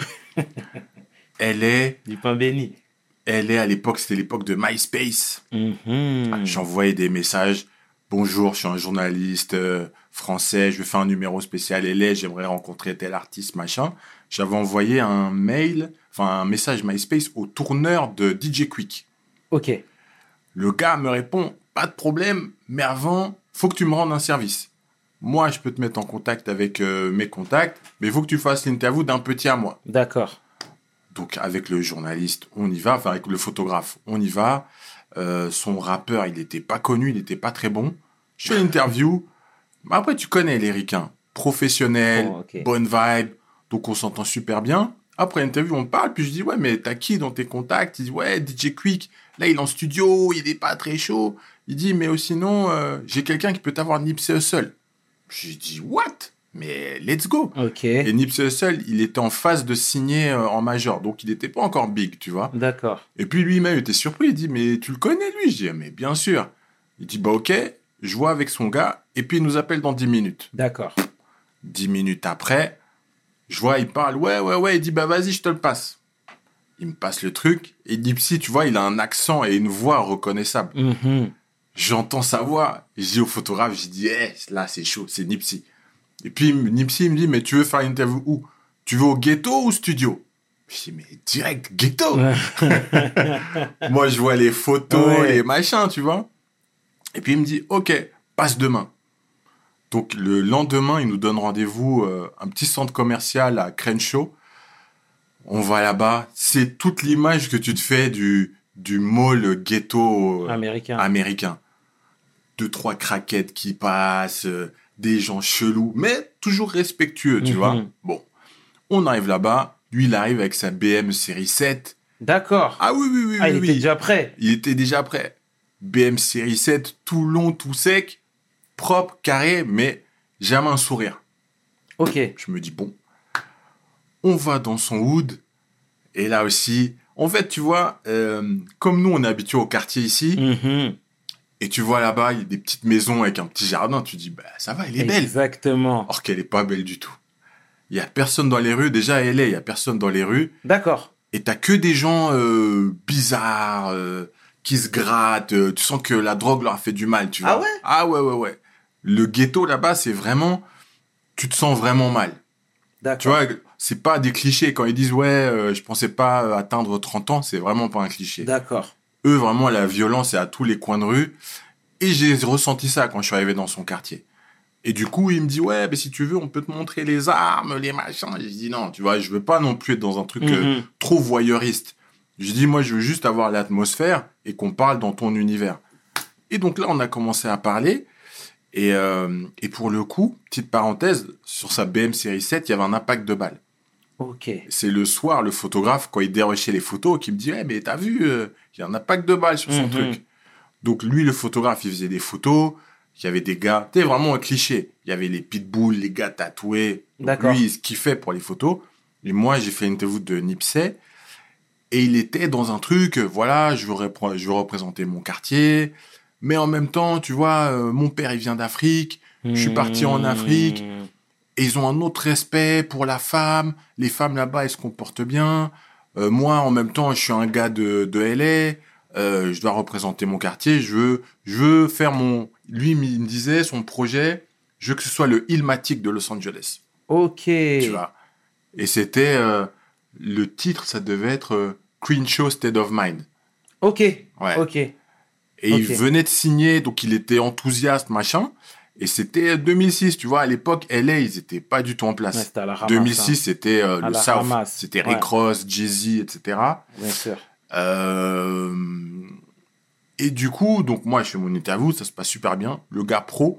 LA. Du pain béni. LA, à l'époque, c'était l'époque de MySpace. J'envoyais des messages. Bonjour, je suis un journaliste français, je vais faire un numéro spécial LA, j'aimerais rencontrer tel artiste, machin. J'avais envoyé un message MySpace au tourneur de DJ Quick. Ok. Le gars me répond, pas de problème, mais avant, faut que tu me rendes un service. Moi, je peux te mettre en contact avec mes contacts, mais il faut que tu fasses l'interview d'un petit à moi. D'accord. Donc, avec le journaliste, on y va. Enfin, avec le photographe, on y va. Son rappeur, il n'était pas connu, il n'était pas très bon. Je fais l'interview. Après, tu connais les ricains. Professionnel, bonne vibe. Donc, on s'entend super bien. Après l'interview, on parle. Puis je dis, ouais, mais t'as qui dans tes contacts? Il dit, ouais, DJ Quick. Là, il est en studio, il n'est pas très chaud. Il dit, mais sinon, j'ai quelqu'un qui peut t'avoir Nipsey Hussle. J'ai dit, what? Mais let's go. Ok. Et Nipsey Hussle, il était en phase de signer en major. Donc, il n'était pas encore big, tu vois. D'accord. Et puis, lui-même était surpris. Il dit, mais tu le connais, lui? Je dis, mais bien sûr. Il dit, bah, ok, je vois avec son gars. Et puis, il nous appelle dans 10 minutes. D'accord. 10 minutes après, je vois, il parle. Ouais. Il dit, bah, vas-y, je te le passe. Il me passe le truc. Et Nipsey, tu vois, il a un accent et une voix reconnaissable. J'entends sa voix. Je dis au photographe, je dis, là, c'est chaud, c'est Nipsey. Et puis, Nipsey, il me dit, mais tu veux faire une interview où? Tu veux au ghetto ou au studio? Je dis, mais direct, ghetto. Moi, je vois les photos, les machins, tu vois. Et puis, il me dit, ok, passe demain. Donc, le lendemain, il nous donne rendez-vous un petit centre commercial à Crenshaw. On va là-bas. C'est toute l'image que tu te fais du mall ghetto américain. 2-3 craquettes qui passent, des gens chelous, mais toujours respectueux, tu vois. Bon, on arrive là-bas. Lui, il arrive avec sa BM série 7. D'accord. Ah oui. Il était déjà prêt. Il était déjà prêt. BM série 7, tout long, tout sec, propre, carré, mais jamais un sourire. Ok. Je me dis, bon, on va dans son hood. Et là aussi, en fait, tu vois, comme nous, on est habitués au quartier ici, et tu vois là-bas, il y a des petites maisons avec un petit jardin, tu dis, bah, ça va, elle est belle. Exactement. Or qu'elle est pas belle du tout. Il y a personne dans les rues. Déjà, il y a personne dans les rues. D'accord. Et t'as que des gens bizarres qui se grattent. Tu sens que la drogue leur a fait du mal, tu vois. Ah ouais? Ah ouais. Le ghetto là-bas, c'est vraiment, tu te sens vraiment mal. D'accord. Tu vois, c'est pas des clichés quand ils disent je pensais pas atteindre 30 ans, c'est vraiment pas un cliché. D'accord. Eux, vraiment, la violence est à tous les coins de rue. Et j'ai ressenti ça quand je suis arrivé dans son quartier. Et du coup, il me dit, mais si tu veux, on peut te montrer les armes, les machins. Et je dis, non, tu vois, je veux pas non plus être dans un truc trop voyeuriste. Je dis, moi, je veux juste avoir l'atmosphère et qu'on parle dans ton univers. Et donc là, on a commencé à parler. Et pour le coup, petite parenthèse, sur sa BM série 7, il y avait un impact de balles. Ok. C'est le soir, le photographe, quand il dérochait les photos, qui me dit, mais t'as vu, il y a un impact de balles sur son truc. Donc lui, le photographe, il faisait des photos. Il y avait des gars, c'était vraiment un cliché. Il y avait les pitbulls, les gars tatoués. Donc lui, il se kiffait pour les photos. Et moi, j'ai fait une interview de Nipsey. Et il était dans un truc, voilà, je veux représenter mon quartier. Mais en même temps, tu vois, mon père, il vient d'Afrique. Je suis parti en Afrique. Et ils ont un autre respect pour la femme. Les femmes là-bas, elles se comportent bien. Moi, en même temps, je suis un gars de LA. Je dois représenter mon quartier. Je veux faire mon... Lui, il me disait, son projet, je veux que ce soit le Illmatic de Los Angeles. Ok. Tu vois. Et c'était... le titre, ça devait être Crenshaw State of Mind. Ok. Ouais. Ok. Et il venait de signer, donc il était enthousiaste, machin. Et c'était 2006, tu vois. À l'époque, LA, ils étaient pas du tout en place. Ouais, c'était à la ramasse, 2006, c'était le la South. ramasse. C'était Rick Ross, Jay-Z, etc. Bien sûr. Et du coup, donc moi, je fais mon interview, ça se passe super bien. Le gars pro.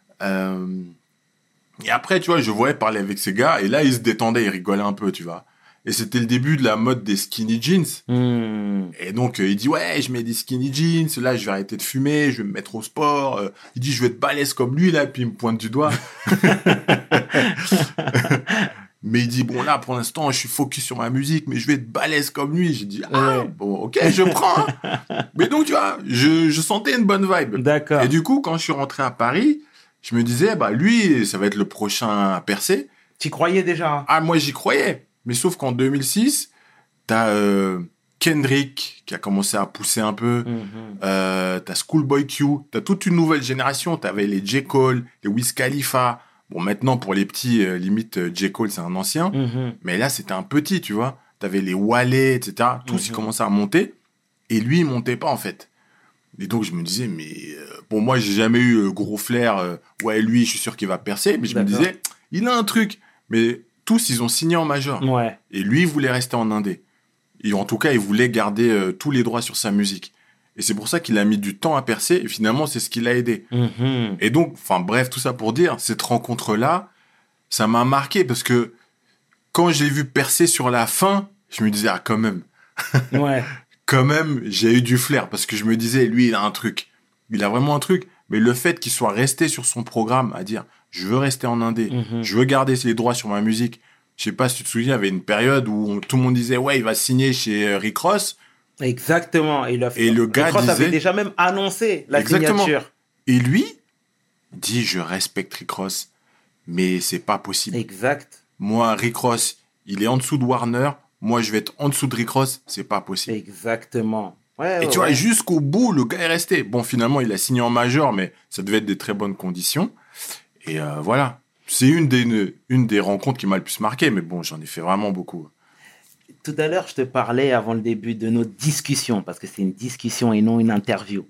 Et après, tu vois, je voyais parler avec ces gars, et là, ils se détendaient, ils rigolaient un peu, tu vois. Et c'était le début de la mode des skinny jeans. Et donc, il dit, je mets des skinny jeans, là, je vais arrêter de fumer, je vais me mettre au sport. Il dit, je vais être balèze comme lui, là, puis il me pointe du doigt. Mais il dit, bon, là, pour l'instant, je suis focus sur ma musique, mais je vais être balèze comme lui. J'ai dit, bon, ok, je prends. Mais donc, tu vois, je sentais une bonne vibe. D'accord. Et du coup, quand je suis rentré à Paris, je me disais, lui, ça va être le prochain à percer. T'y croyais déjà? Ah, moi, j'y croyais. Mais sauf qu'en 2006, t'as Kendrick qui a commencé à pousser un peu. T'as Schoolboy Q. T'as toute une nouvelle génération. T'avais les J. Cole, les Wiz Khalifa. Bon, maintenant, pour les petits, limite, J. Cole, c'est un ancien. Mais là, c'était un petit, tu vois. T'avais les Wale, etc. Tous, ils commençaient à monter. Et lui, il montait pas, en fait. Et donc, je me disais, mais... bon, moi, j'ai jamais eu gros flair. Lui, je suis sûr qu'il va percer. Mais je me disais, il a un truc. Mais tous, ils ont signé en major. Ouais. Et lui, il voulait rester en indé. Et en tout cas, il voulait garder tous les droits sur sa musique. Et c'est pour ça qu'il a mis du temps à percer. Et finalement, c'est ce qui l'a aidé. Et donc, bref, tout ça pour dire, cette rencontre-là, ça m'a marqué parce que quand j'ai vu percer sur la fin, je me disais, quand même. Ouais. Quand même, j'ai eu du flair parce que je me disais, lui, il a un truc. Il a vraiment un truc. Mais le fait qu'il soit resté sur son programme à dire, je veux rester en indé, je veux garder les droits sur ma musique. Je sais pas si tu te souviens, il y avait une période où tout le monde disait, il va signer chez Rick Ross. Exactement. Et le gars Rick Ross disait... avait déjà même annoncé la signature. Et lui dit, je respecte Rick Ross, mais c'est pas possible. Exact. Moi, Rick Ross, il est en dessous de Warner. Moi, je vais être en dessous de Rick Ross. C'est pas possible. Exactement. Ouais, et tu vois, jusqu'au bout, le gars est resté. Bon, finalement, il a signé en major, mais ça devait être des très bonnes conditions. Et voilà. C'est une des rencontres qui m'a le plus marqué, mais bon, j'en ai fait vraiment beaucoup. Tout à l'heure, je te parlais avant le début de notre discussion, parce que c'est une discussion et non une interview.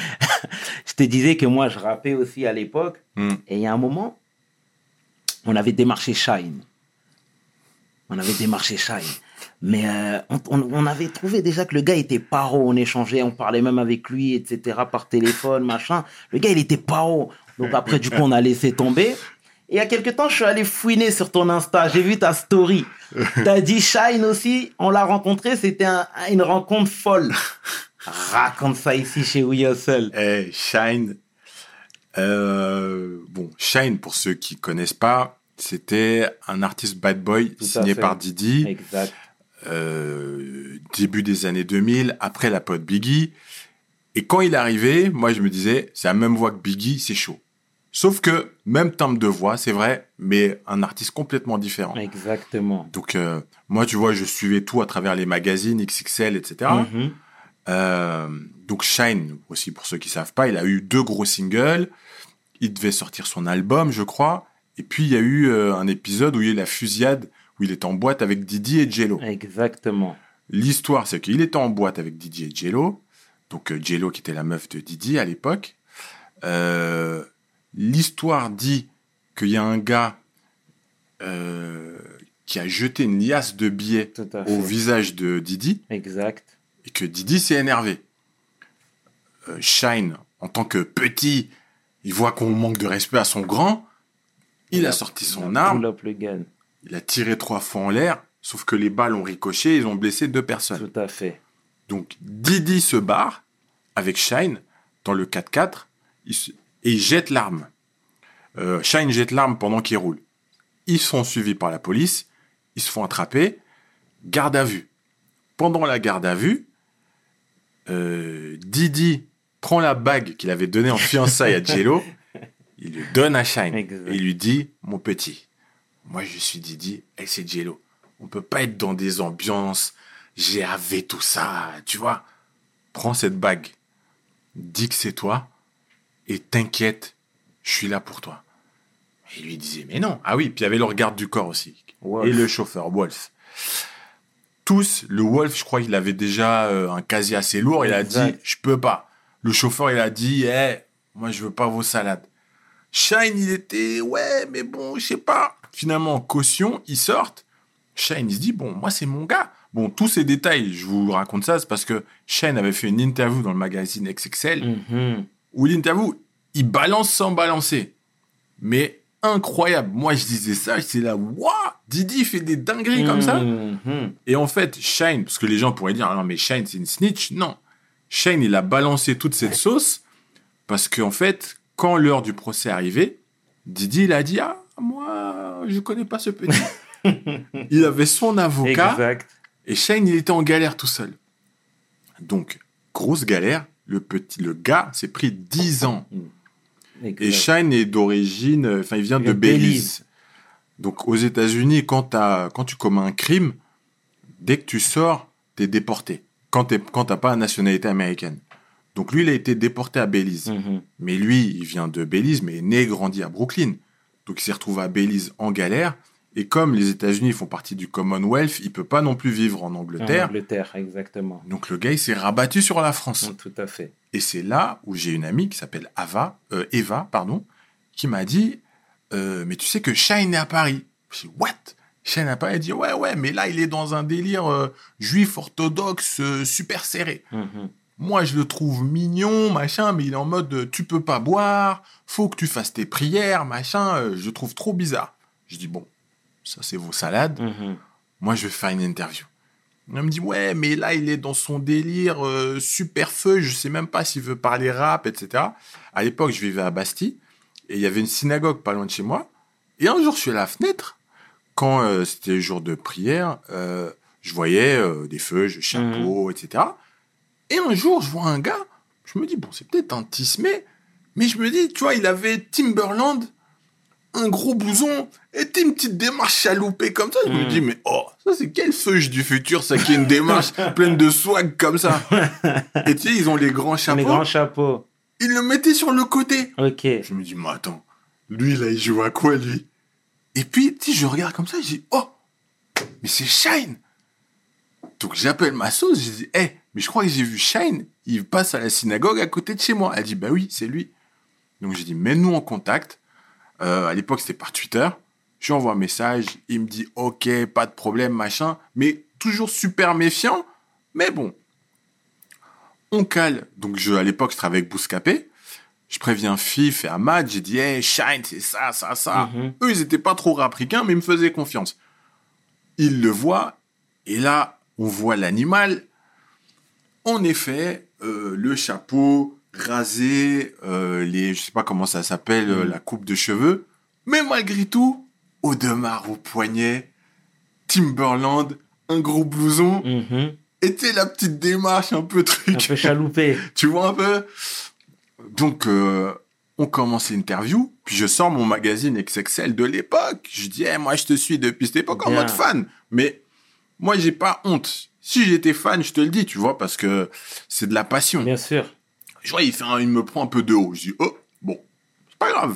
Je te disais que moi, je rappais aussi à l'époque, et il y a un moment, on avait démarché Shine. Mais on avait trouvé déjà que le gars était paro. On échangeait, on parlait même avec lui, etc. par téléphone, machin. Le gars, il était paro. Donc après, du coup, on a laissé tomber. Et il y a quelques temps, je suis allé fouiner sur ton Insta. J'ai vu ta story. T'as dit Shine aussi. On l'a rencontré. C'était une rencontre folle. Raconte ça ici chez We Hustle. Shine. Shine, pour ceux qui connaissent pas, c'était un artiste bad boy signé par Didi. Exact. Début des années 2000, après la pote Biggie. Et quand il est arrivé, moi, je me disais, c'est la même voix que Biggie, c'est chaud. Sauf que, même timbre de voix, c'est vrai, mais un artiste complètement différent. Exactement. Donc, moi, tu vois, je suivais tout à travers les magazines, XXL, etc. Donc, Shine, aussi, pour ceux qui savent pas, il a eu 2 gros singles. Il devait sortir son album, je crois. Et puis, il y a eu un épisode où il y a eu la fusillade, où il était en boîte avec Didi et Jello. Exactement. L'histoire, c'est qu'il était en boîte avec Didi et Jello. Donc, Jello, qui était la meuf de Didi à l'époque. L'histoire dit qu'il y a un gars qui a jeté une liasse de billets au visage de Didi. Exact. Et que Didi s'est énervé. Shine, en tant que petit, il voit qu'on manque de respect à son grand. Il a sorti son arme. Il a tiré 3 fois en l'air. Sauf que les balles ont ricoché. Ils ont blessé 2 personnes. Tout à fait. Donc, Didi se barre avec Shine dans le 4x4 et il jette l'arme. Shine jette l'arme pendant qu'il roule. Ils sont suivis par la police. Ils se font attraper. Garde à vue. Pendant la garde à vue, Didi prend la bague qu'il avait donnée en fiançailles à Jello. Il lui donne à Shine. Exact. Et il lui dit, mon petit, moi je suis Didi, elle c'est Jello. On peut pas être dans des ambiances GAV, tout ça, tu vois. Prends cette bague, dis que c'est toi, et t'inquiète, je suis là pour toi. Et il lui disait, mais non. Ah oui, puis il y avait le garde du corps aussi. Wolf. Et le chauffeur, Wolf. Tous, le Wolf, je crois qu'il avait déjà un casier assez lourd, il a dit, je peux pas. Le chauffeur, il a dit, moi je veux pas vos salades. Shine, il était, ouais, mais bon, je sais pas. Finalement, caution, ils sortent. Shine, il se dit, bon, moi, c'est mon gars. Bon, tous ces détails, je vous raconte ça, c'est parce que Shine avait fait une interview dans le magazine XXL, où l'interview, il balance sans balancer. Mais incroyable. Moi, je disais ça, j'étais là, waouh, Didi fait des dingueries comme ça. Et en fait, Shine, parce que les gens pourraient dire, ah non, mais Shine, c'est une snitch. Non. Shine, il a balancé toute cette sauce, parce qu'en fait, quand l'heure du procès arrivait, Didi, il a dit, ah, moi, je connais pas ce petit. Il avait son avocat. Exact. Et Shine, il était en galère tout seul. Donc, grosse galère. Le gars s'est pris 10 ans. Exact. Et Shine est d'origine, il vient de Belize. Donc, aux États-Unis, quand tu commets un crime, dès que tu sors, t'es déporté. Quand t'as pas la nationalité américaine. Donc, lui, il a été déporté à Belize. Mais lui, il vient de Belize, mais est né et grandi à Brooklyn. Donc, il s'est retrouvé à Belize en galère. Et comme les États-Unis font partie du Commonwealth, il peut pas non plus vivre en Angleterre. En Angleterre, exactement. Donc le gars, il s'est rabattu sur la France. Tout à fait. Et c'est là où j'ai une amie qui s'appelle Eva, qui m'a dit, mais tu sais que Shine est à Paris. Je dis, what? Shine à Paris? Elle dit, ouais, mais là, il est dans un délire juif orthodoxe super serré. Moi, je le trouve mignon, machin, mais il est en mode, tu peux pas boire, faut que tu fasses tes prières, machin, je le trouve trop bizarre. Je dis, bon, ça c'est vos salades. Moi, je vais faire une interview. Elle me dit, ouais, mais là, il est dans son délire super feu. Je sais même pas s'il veut parler rap, etc. À l'époque, je vivais à Bastille. Et il y avait une synagogue pas loin de chez moi. Et un jour, je suis à la fenêtre. Quand c'était le jour de prière, je voyais des feuilles, chapeaux, etc. Et un jour, je vois un gars. Je me dis, bon, c'est peut-être un tismé. Mais je me dis, tu vois, il avait Timberland, un gros blouson, et une petite démarche chaloupée comme ça. Je me dis, mais ça c'est quelle feuille du futur, ça, qui est une démarche pleine de swag comme ça. Et tu sais, ils ont les grands chapeaux. Les grands chapeaux. Ils le mettaient sur le côté. Ok. Je me dis, mais attends, lui là, il joue à quoi, lui? Et puis, tu sais, je regarde comme ça, je dis, mais c'est Shine. Donc j'appelle ma sauce, je dis, mais je crois que j'ai vu Shine, il passe à la synagogue à côté de chez moi. Elle dit, bah oui, c'est lui. Donc j'ai dit, mets-nous en contact. À l'époque, c'était par Twitter. Je lui envoie un message. Il me dit, OK, pas de problème, machin. Mais toujours super méfiant, mais bon. On cale. Donc, à l'époque, je travaillais avec Bouscapé. Je préviens Fif et Ahmad. J'ai dit, hey, Shine, c'est ça, ça, ça. Eux, ils étaient pas trop rapricains, mais ils me faisaient confiance. Ils le voient. Et là, on voit l'animal. En effet, le chapeau rasé, je sais pas comment ça s'appelle, la coupe de cheveux. Mais malgré tout, Audemars au poignet, Timberland, un gros blouson. Et tu sais, la petite démarche un peu truc. Un peu chaloupé. Tu vois un peu? Donc, on commence l'interview. Puis je sors mon magazine XXL de l'époque. Je dis, moi, je te suis depuis cette époque en mode fan. Mais moi, j'ai pas honte. Si j'étais fan, je te le dis, tu vois, parce que c'est de la passion. Bien sûr. Je vois, il me prend un peu de haut. Je dis, oh, bon, c'est pas grave.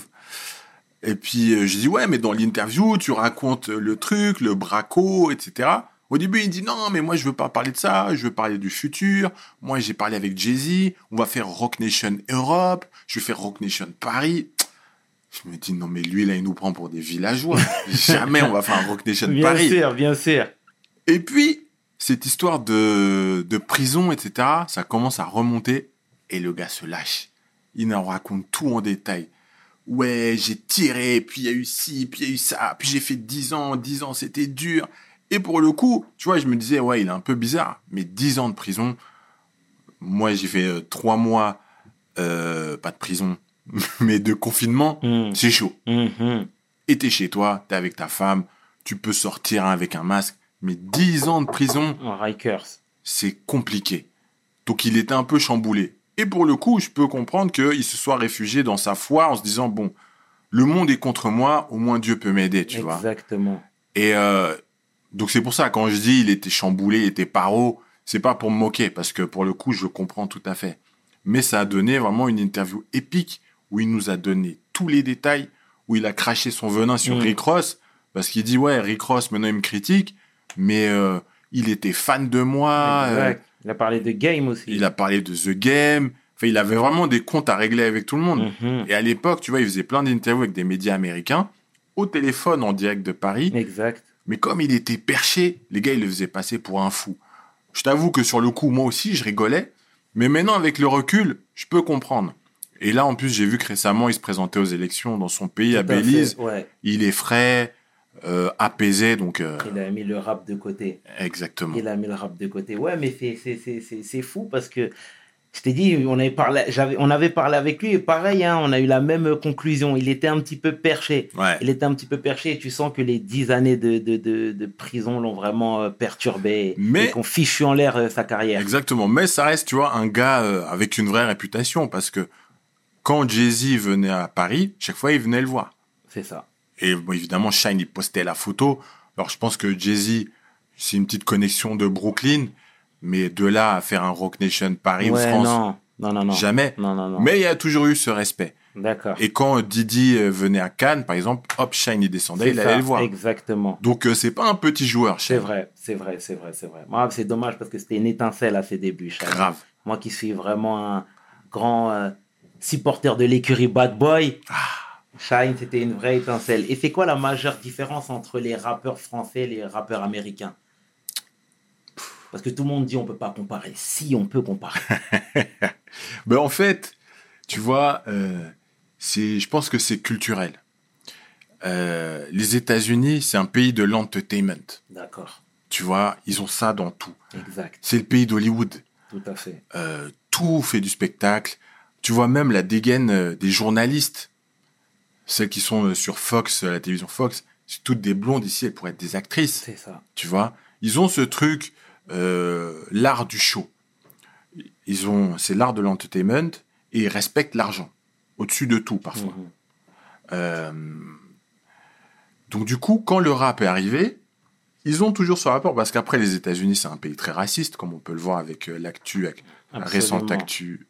Et puis, je dis, ouais, mais dans l'interview, tu racontes le truc, le braco, etc. Au début, il dit, non, mais moi, je veux pas parler de ça, je veux parler du futur. Moi, j'ai parlé avec Jay-Z, on va faire Rock Nation Europe, je vais faire Rock Nation Paris. Je me dis, non, mais lui, là, il nous prend pour des villageois. Jamais on va faire un Rock Nation Paris. Bien sûr, bien sûr. Et puis, cette histoire de prison, etc., ça commence à remonter et le gars se lâche. Il en raconte tout en détail. Ouais, j'ai tiré, puis il y a eu ci, puis il y a eu ça, puis j'ai fait 10 ans, c'était dur. Et pour le coup, tu vois, je me disais, ouais, il est un peu bizarre, mais 10 ans de prison, moi j'ai fait 3 mois, pas de prison, mais de confinement, c'est chaud. Et t'es chez toi, t'es avec ta femme, tu peux sortir avec un masque, mais 10 ans de prison, Rikers. C'est compliqué. Donc il était un peu chamboulé. Et pour le coup, je peux comprendre qu'il se soit réfugié dans sa foi en se disant, bon, le monde est contre moi, au moins Dieu peut m'aider, tu vois. Exactement. Et donc c'est pour ça, quand je dis il était chamboulé, il était paro, c'est pas pour me moquer, parce que pour le coup, je comprends tout à fait. Mais ça a donné vraiment une interview épique, où il nous a donné tous les détails, où il a craché son venin sur Rick Ross, parce qu'il dit, ouais, Rick Ross, maintenant il me critique, mais il était fan de moi. Exact. Il a parlé de Game aussi. Il a parlé de The Game. Enfin, il avait vraiment des comptes à régler avec tout le monde. Et à l'époque, tu vois, il faisait plein d'interviews avec des médias américains, au téléphone en direct de Paris. Exact. Mais comme il était perché, les gars, ils le faisaient passer pour un fou. Je t'avoue que sur le coup, moi aussi, je rigolais. Mais maintenant, avec le recul, je peux comprendre. Et là, en plus, j'ai vu que récemment, il se présentait aux élections dans son pays, à Belize. Ouais. Il est frais, apaisé, donc... Il a mis le rap de côté. Exactement. Il a mis le rap de côté. Ouais, mais c'est fou parce que je t'ai dit, on avait parlé avec lui et pareil, hein, on a eu la même conclusion. Il était un petit peu perché. Ouais. Il était un petit peu perché et tu sens que les 10 années de prison l'ont vraiment perturbé et qu'on fichu en l'air sa carrière. Exactement. Mais ça reste, tu vois, un gars avec une vraie réputation parce que quand Jay-Z venait à Paris, chaque fois, il venait le voir. C'est ça. Et bon, évidemment, Shine, il postait la photo. Alors, je pense que Jay-Z, c'est une petite connexion de Brooklyn. Mais de là à faire un Rock Nation Paris ou France, non. jamais. Non. Mais il y a toujours eu ce respect. D'accord. Et quand Didi venait à Cannes, par exemple, hop, Shine, il descendait, il allait le voir. Exactement. Donc, c'est pas un petit joueur, Shine. C'est vrai. Moi, c'est dommage parce que c'était une étincelle à ses débuts, Shine. Grave. Moi qui suis vraiment un grand supporter de l'écurie Bad Boy, Shine, c'était une vraie étincelle. Et c'est quoi la majeure différence entre les rappeurs français et les rappeurs américains ? Parce que tout le monde dit on peut pas comparer. Si, on peut comparer. Ben en fait, tu vois, je pense que c'est culturel. Les États-Unis, c'est un pays de l'entertainment. D'accord. Tu vois, ils ont ça dans tout. Exact. C'est le pays d'Hollywood. Tout à fait. Tout fait du spectacle. Tu vois même la dégaine des journalistes, celles qui sont sur Fox, la télévision Fox, c'est toutes des blondes ici, elles pourraient être des actrices. C'est ça. Tu vois, ils ont ce truc... l'art du show. C'est l'art de l'entertainment et ils respectent l'argent au-dessus de tout parfois. Donc du coup, quand le rap est arrivé, ils ont toujours ce rapport parce qu'après les États-Unis, c'est un pays très raciste, comme on peut le voir avec la récente actu.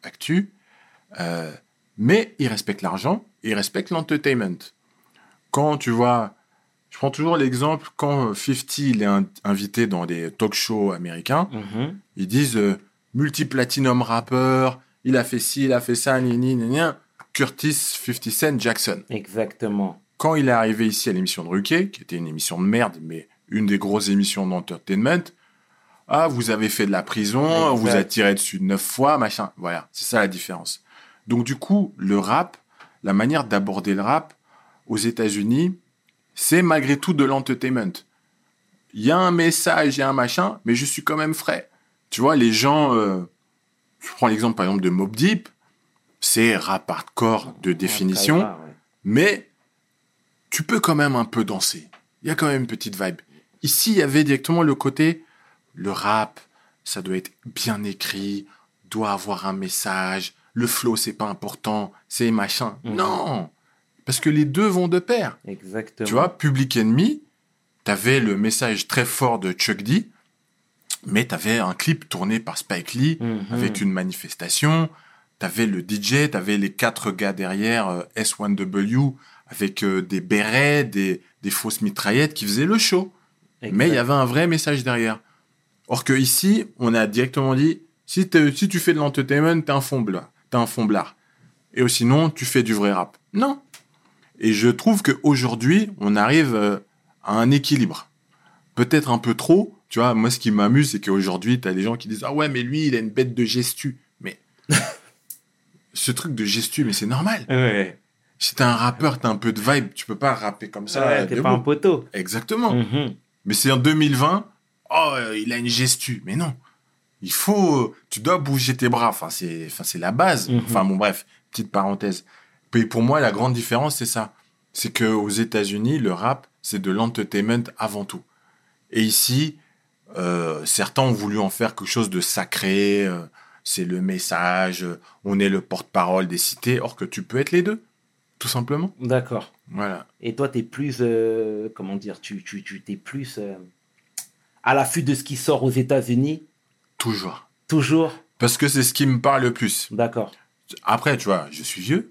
Mais ils respectent l'argent et ils respectent l'entertainment. Quand tu vois, je prends toujours l'exemple, quand 50 il est invité dans des talk shows américains, ils disent multi-platinum rappeur, il a fait ci, il a fait ça, Curtis 50 Cent Jackson. Exactement. Quand il est arrivé ici à l'émission de Ruquier, qui était une émission de merde, mais une des grosses émissions d'entertainment, Ah, vous avez fait de la prison, on vous a Exact. tiré dessus 9 fois, machin. Voilà, c'est ça la différence. Donc du coup, le rap, la manière d'aborder le rap aux États-Unis, c'est malgré tout de l'entertainment. Il y a un message, il y a un machin, mais je suis quand même frais. Tu vois, les gens... je prends l'exemple par exemple de Mobb Deep, c'est rap hardcore de définition, Ah, ouais. mais tu peux quand même un peu danser. Il y a quand même une petite vibe. Ici, il y avait directement le côté, le rap, ça doit être bien écrit, doit avoir un message, le flow, c'est pas important, c'est machin. Mhm. Non! Parce que les deux vont de pair. Exactement. Tu vois, Public Enemy, t'avais le message très fort de Chuck D, mais t'avais un clip tourné par Spike Lee Mhm. avec une manifestation. T'avais le DJ, t'avais les 4 gars derrière, S1W, avec des bérets, des fausses mitraillettes qui faisaient le show. Exact. Mais il y avait un vrai message derrière. Or que ici, on a directement dit, si tu fais de l'entertainment, t'es un fomblard. Et sinon, tu fais du vrai rap. Non. Et je trouve qu'aujourd'hui, on arrive à un équilibre. Peut-être un peu trop. Tu vois, moi, ce qui m'amuse, c'est qu'aujourd'hui, t'as des gens qui disent, ah ouais, mais lui, il a une bête de gestu. Mais ce truc de gestu, mais c'est normal. Ouais. Si t'es un rappeur, t'as un peu de vibe. Tu peux pas rapper comme ça. Ouais, t'es debout. pas un poteau. Exactement. Mhm. Mais c'est en 2020, il a une gestu. Mais non. Il faut, tu dois bouger tes bras. Enfin, c'est la base. Mhm. Enfin, bon, bref, petite parenthèse. Et pour moi, la grande différence, c'est ça. C'est qu'aux États-Unis, le rap, c'est de l'entertainment avant tout. Et ici, certains ont voulu en faire quelque chose de sacré. C'est le message. On est le porte-parole des cités. Or que tu peux être les deux. Tout simplement. D'accord. Voilà. Et toi, t'es plus, comment dire, tu t'es plus à l'affût de ce qui sort aux États-Unis, Toujours. toujours. Parce que c'est ce qui me parle le plus. D'accord. Après, tu vois, je suis vieux.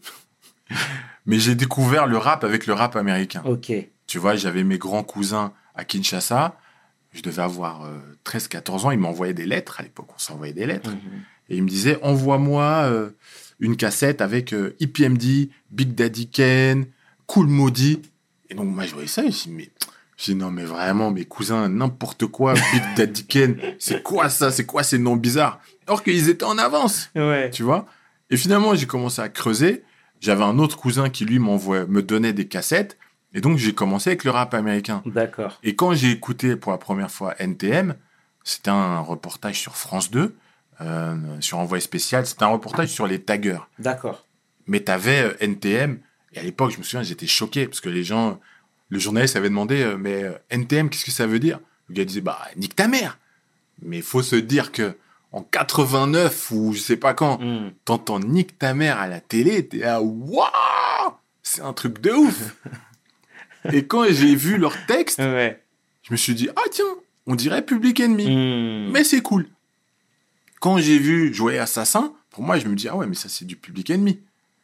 Mais j'ai découvert le rap avec le rap américain. Ok. Tu vois, j'avais mes grands cousins à Kinshasa. Je devais avoir 13-14 ans. Ils m'envoyaient des lettres. À l'époque, on s'envoyait des lettres. Mhm. Et ils me disaient, envoie-moi une cassette avec EPMD, Big Daddy Kane, Cool Maudit. Et donc, moi, je voyais ça. Et je dis, non, mais vraiment, mes cousins, n'importe quoi. Big Daddy Kane, c'est quoi ça? C'est quoi ces noms bizarres? Alors qu'ils étaient en avance, Ouais. tu vois. Et finalement, j'ai commencé à creuser. J'avais un autre cousin qui, lui, me donnait des cassettes. Et donc, j'ai commencé avec le rap américain. D'accord. Et quand j'ai écouté pour la première fois NTM, c'était un reportage sur France 2, sur Envoyé spécial. C'était un reportage sur les taggers. D'accord. Mais t'avais NTM, et à l'époque, je me souviens, j'étais choqué, parce que les gens, le journaliste avait demandé, mais NTM, qu'est-ce que ça veut dire? Le gars disait, bah, nique ta mère. Mais il faut se dire que en 89, ou je sais pas quand, Mm. t'entends nique ta mère à la télé, t'es là, waouh! C'est un truc de ouf! Et quand j'ai vu leur texte, Ouais. je me suis dit, ah tiens, on dirait Public Enemy. Mm. Mais c'est cool. Quand j'ai vu jouer Assassin, pour moi, je me dis, ah ouais, mais ça, c'est du Public Enemy.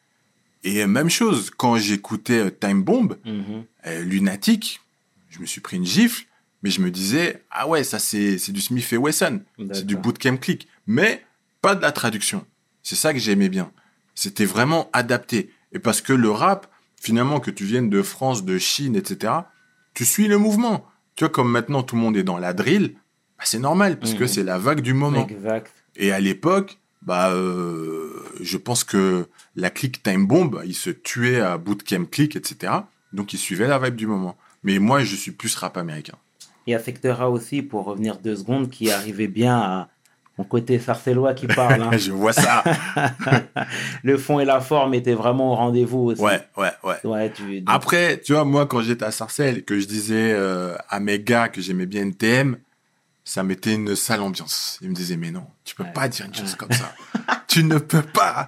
Et même chose, quand j'écoutais Time Bomb, Mhm. Lunatic, je me suis pris une gifle, mais je me disais, ah ouais, ça, c'est du Smith et Wesson. C'est du D'accord. Bootcamp Click. Mais pas de la traduction. C'est ça que j'aimais bien. C'était vraiment adapté. Et parce que le rap, finalement, que tu viennes de France, de Chine, etc., tu suis le mouvement. Tu vois, comme maintenant, tout le monde est dans la drill, bah, c'est normal, parce que Mhm. c'est la vague du moment. Exact. Et à l'époque, je pense que la clique Time Bomb, ils se tuaient à Bootcamp Click, etc. Donc, ils suivaient la vibe du moment. Mais moi, je suis plus rap américain. Il y a Secteur A aussi, pour revenir 2 secondes, qui arrivait bien à mon côté sarcellois qui parle. Hein. Je vois ça. Le fond et la forme étaient vraiment au rendez-vous aussi. Ouais. Ouais, Après, tu vois, moi, quand j'étais à Sarcelles et que je disais à mes gars que j'aimais bien NTM, ça mettait une sale ambiance. Ils me disaient, mais non, tu peux pas dire une chose comme ça. Tu ne peux pas.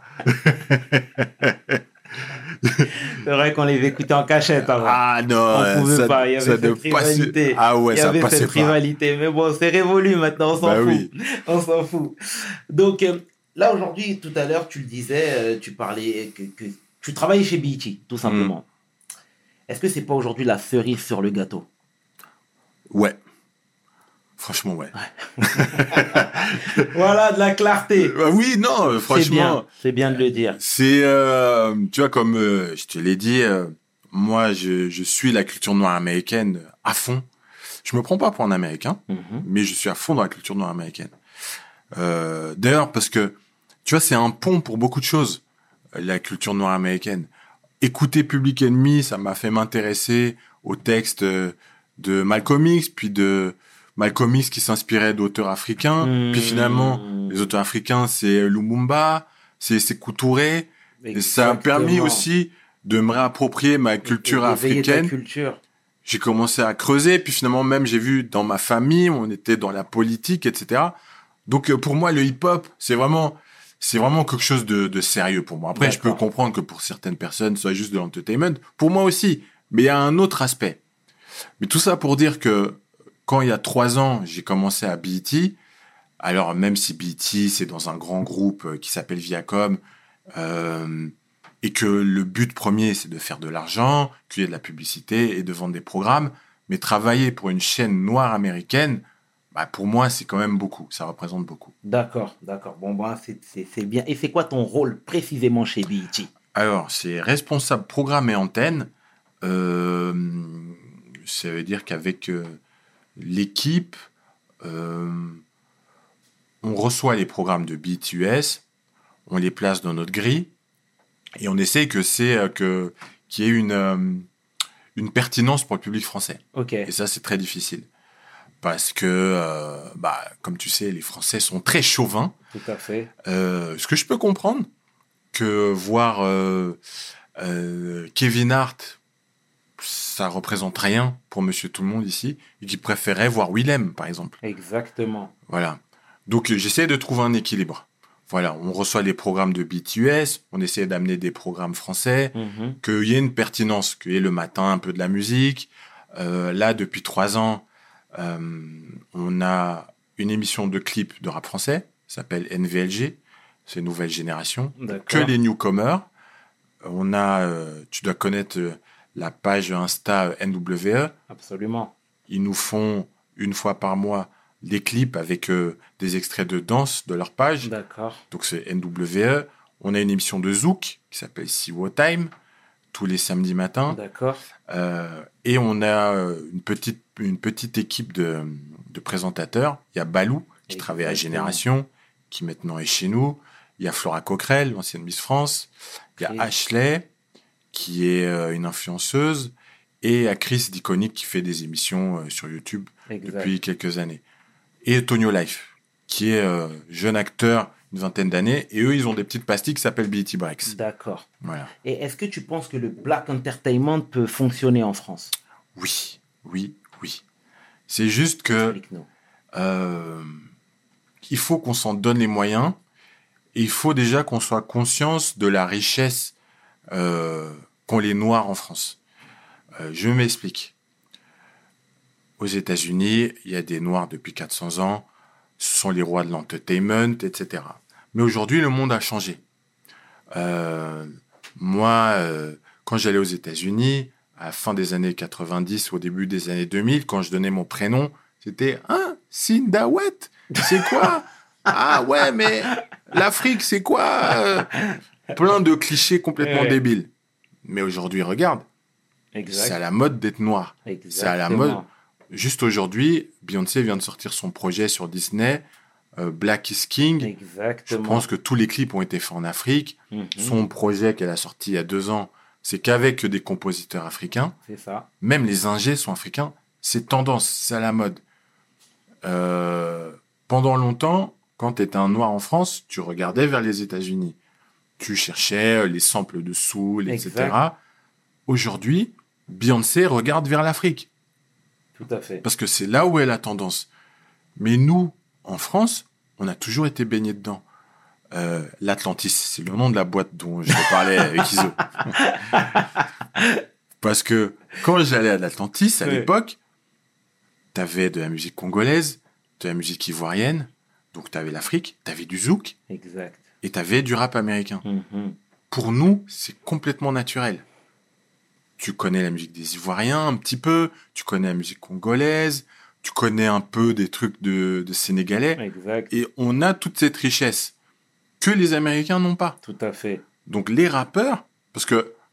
C'est vrai qu'on les écoutait en cachette avant. Ah non, On pouvait ça, pas, il y avait ça cette ne passait- rivalité. Ah ouais, Il y ça avait passait cette pas. rivalité. Mais bon, c'est révolu maintenant, on s'en Bah fout. oui. On s'en fout. Donc, là, aujourd'hui, tout à l'heure, tu le disais, tu parlais que tu travaillais chez BET, tout simplement. Est-ce que c'est pas aujourd'hui la cerise sur le gâteau? Ouais. Franchement, ouais. Voilà, de la clarté. Bah oui, non, franchement. C'est bien de le dire. C'est, tu vois, comme je te l'ai dit, moi, je suis la culture noire américaine à fond. Je me prends pas pour un Américain, mais je suis à fond dans la culture nord-américaine. D'ailleurs, parce que, tu vois, c'est un pont pour beaucoup de choses, la culture nord-américaine. Écouter Public Enemy, ça m'a fait m'intéresser aux textes de Malcolm X, puis de Malcolm X qui s'inspirait d'auteurs africains. Puis finalement, les auteurs africains, c'est Lumumba, c'est Sékou Touré. Et ça a permis aussi de me réapproprier ma culture africaine. J'ai commencé à creuser, puis finalement même j'ai vu dans ma famille, on était dans la politique, etc. Donc pour moi, le hip-hop, c'est vraiment quelque chose de sérieux pour moi. Après, je peux comprendre que pour certaines personnes, ce soit juste de l'entertainment. Pour moi aussi, mais il y a un autre aspect. Mais tout ça pour dire que quand il y a 3 ans, j'ai commencé à BET, alors même si BET, c'est dans un grand groupe qui s'appelle Viacom, et que le but premier, c'est de faire de l'argent, qu'il y ait de la publicité et de vendre des programmes, mais travailler pour une chaîne noire américaine, bah pour moi, c'est quand même beaucoup. Ça représente beaucoup. D'accord. Bon, bah, c'est bien. Et c'est quoi ton rôle précisément chez BET? Alors, c'est responsable programme et antenne. Ça veut dire qu'avec l'équipe, on reçoit les programmes de BET US, on les place dans notre grille, et on essaie qu'il y ait une pertinence pour le public français. Okay. Et ça, c'est très difficile. Parce que, comme tu sais, les Français sont très chauvins. Tout à fait. Ce que je peux comprendre, que voir Kevin Hart, ça représente rien pour Monsieur Tout-le-Monde ici, et qui préférait voir Willem, par exemple. Exactement. Voilà. Donc, j'essaie de trouver un équilibre. Voilà, on reçoit les programmes de BET US, on essaie d'amener des programmes français, qu'il y ait une pertinence, qu'il y ait le matin un peu de la musique. Là, depuis 3 ans, on a une émission de clips de rap français, ça s'appelle NVLG, c'est Nouvelle Génération, que les newcomers. On a, tu dois connaître la page Insta NWE. Absolument. Ils nous font 1 fois par mois des clips avec des extraits de danse de leur page. D'accord. Donc c'est NWE. On a une émission de Zouk qui s'appelle Siwo Time, tous les samedis matins. D'accord. Et on a une petite équipe de présentateurs. Il y a Balou, qui travaille à Génération, qui maintenant est chez nous. Il y a Flora Coquerel, l'ancienne Miss France. Il y a Ashley, qui est une influenceuse. Et il y a Chris d'Iconic, qui fait des émissions sur YouTube depuis quelques années. Et Tonio Life, qui est jeune acteur, une 20aine d'années. Et eux, ils ont des petites pastilles qui s'appellent BET Breaks. D'accord. Voilà. Et est-ce que tu penses que le Black Entertainment peut fonctionner en France? Oui. C'est juste que il faut qu'on s'en donne les moyens et il faut déjà qu'on soit conscient de la richesse qu'ont les Noirs en France. Je m'explique. Aux États-Unis, il y a des Noirs depuis 400 ans, ce sont les rois de l'entertainment, etc. Mais aujourd'hui, le monde a changé. Moi, quand j'allais aux États-Unis, à la fin des années 90, au début des années 2000, quand je donnais mon prénom, c'était « Hein, Sindawet, c'est quoi? Ah ouais, mais l'Afrique, c'est quoi ?» Plein de clichés complètement débiles. Mais aujourd'hui, regarde, c'est à la mode d'être noir. C'est à la mode. Juste aujourd'hui, Beyoncé vient de sortir son projet sur Disney, Black is King. Exactement. Je pense que tous les clips ont été faits en Afrique. Son projet qu'elle a sorti il y a 2 ans, c'est qu'avec des compositeurs africains. C'est ça. Même les ingés sont africains. C'est tendance, c'est à la mode. Pendant longtemps, quand tu étais un noir en France, tu regardais vers les États-Unis. Tu cherchais les samples de soul, etc. Aujourd'hui, Beyoncé regarde vers l'Afrique. Tout à fait. Parce que c'est là où est la tendance. Mais nous, en France, on a toujours été baignés dedans. L'Atlantis, c'est le nom de la boîte dont je parlais avec Iso. Parce que quand j'allais à l'Atlantis, à l'époque, t'avais de la musique congolaise, de la musique ivoirienne, donc t'avais l'Afrique, t'avais du zouk, et t'avais du rap américain. Pour nous, c'est complètement naturel. Tu connais la musique des Ivoiriens un petit peu, tu connais la musique congolaise, tu connais un peu des trucs de Sénégalais. Et on a toute cette richesse que les Américains n'ont pas. Tout à fait. Donc les rappeurs, parce que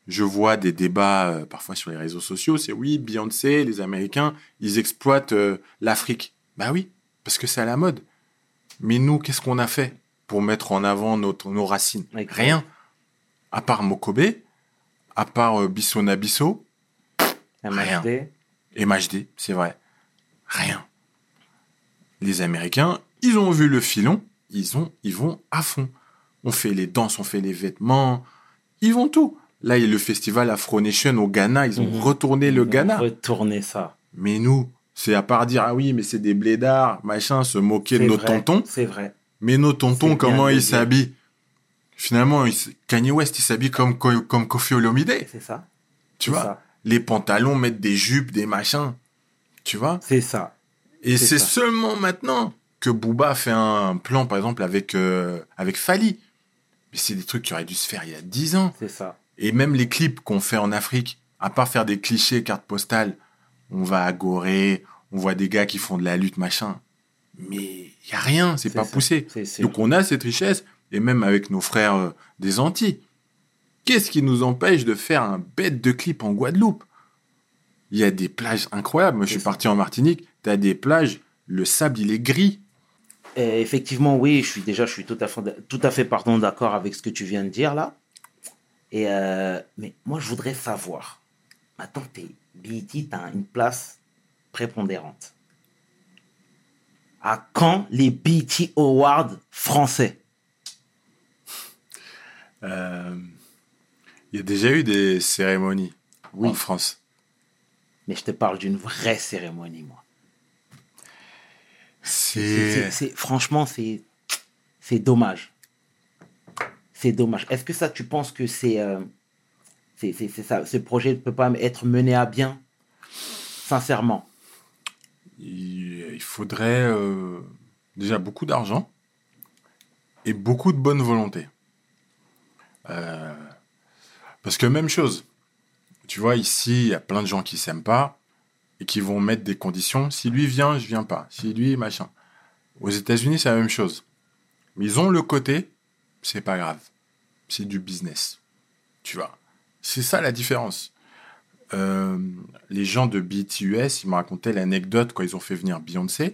je vois des débats parfois sur les réseaux sociaux, c'est oui, Beyoncé, les Américains, ils exploitent l'Afrique. Bah oui, parce que c'est à la mode. Mais nous, qu'est-ce qu'on a fait pour mettre en avant nos racines? Exact. Rien. À part Mokobe, à part Bissona Bisso, MHD. et MHD, c'est vrai. Rien. Les Américains, ils ont vu le filon, ils vont à fond. On fait les danses, on fait les vêtements, ils vont tout. Là, il y a le festival Afro Nation au Ghana, ils ont retourné le Ghana. Retourner ça. Mais nous, c'est à part dire, ah oui, mais c'est des blédards, machin, se moquer de nos tontons. C'est vrai. Mais nos tontons, C'est comment bien de ils dire. s'habillent? Finalement, Kanye West, il s'habille comme Koffi Olomide. C'est ça. Tu C'est vois? ça. Les pantalons mettent des jupes, des machins. Tu vois? C'est ça. Et C'est c'est ça. seulement maintenant que Booba fait un plan, par exemple, avec Fally. Mais c'est des trucs qui auraient dû se faire il y a 10 ans. C'est ça. Et même les clips qu'on fait en Afrique, à part faire des clichés, cartes postales, on va à Gorée, on voit des gars qui font de la lutte, machin. Mais il n'y a rien, c'est pas ça. poussé. C'est sûr. Donc on a cette richesse, et même avec nos frères des Antilles. Qu'est-ce qui nous empêche de faire un bête de clip en Guadeloupe? Il y a des plages incroyables. Moi, je suis C'est ça. parti en Martinique, tu as des plages, le sable, il est gris. Effectivement, oui, je suis tout à fait d'accord avec ce que tu viens de dire là. Mais moi, je voudrais savoir. Maintenant, BET, tu as une place prépondérante. À quand les BET Awards français? Il y a déjà eu des cérémonies en France. Mais je te parle d'une vraie cérémonie, moi. Franchement, c'est dommage. C'est dommage. Est-ce que ça, tu penses que c'est ça, ce projet ne peut pas être mené à bien? Sincèrement. Il faudrait déjà beaucoup d'argent et beaucoup de bonne volonté. Parce que même chose, tu vois, ici, il y a plein de gens qui s'aiment pas et qui vont mettre des conditions. Si lui vient, je viens pas. Si lui, machin. Aux États-Unis, c'est la même chose. Mais ils ont le côté, c'est pas grave. C'est du business. Tu vois. C'est ça la différence. Les gens de BET US, ils me racontaient l'anecdote quand ils ont fait venir Beyoncé.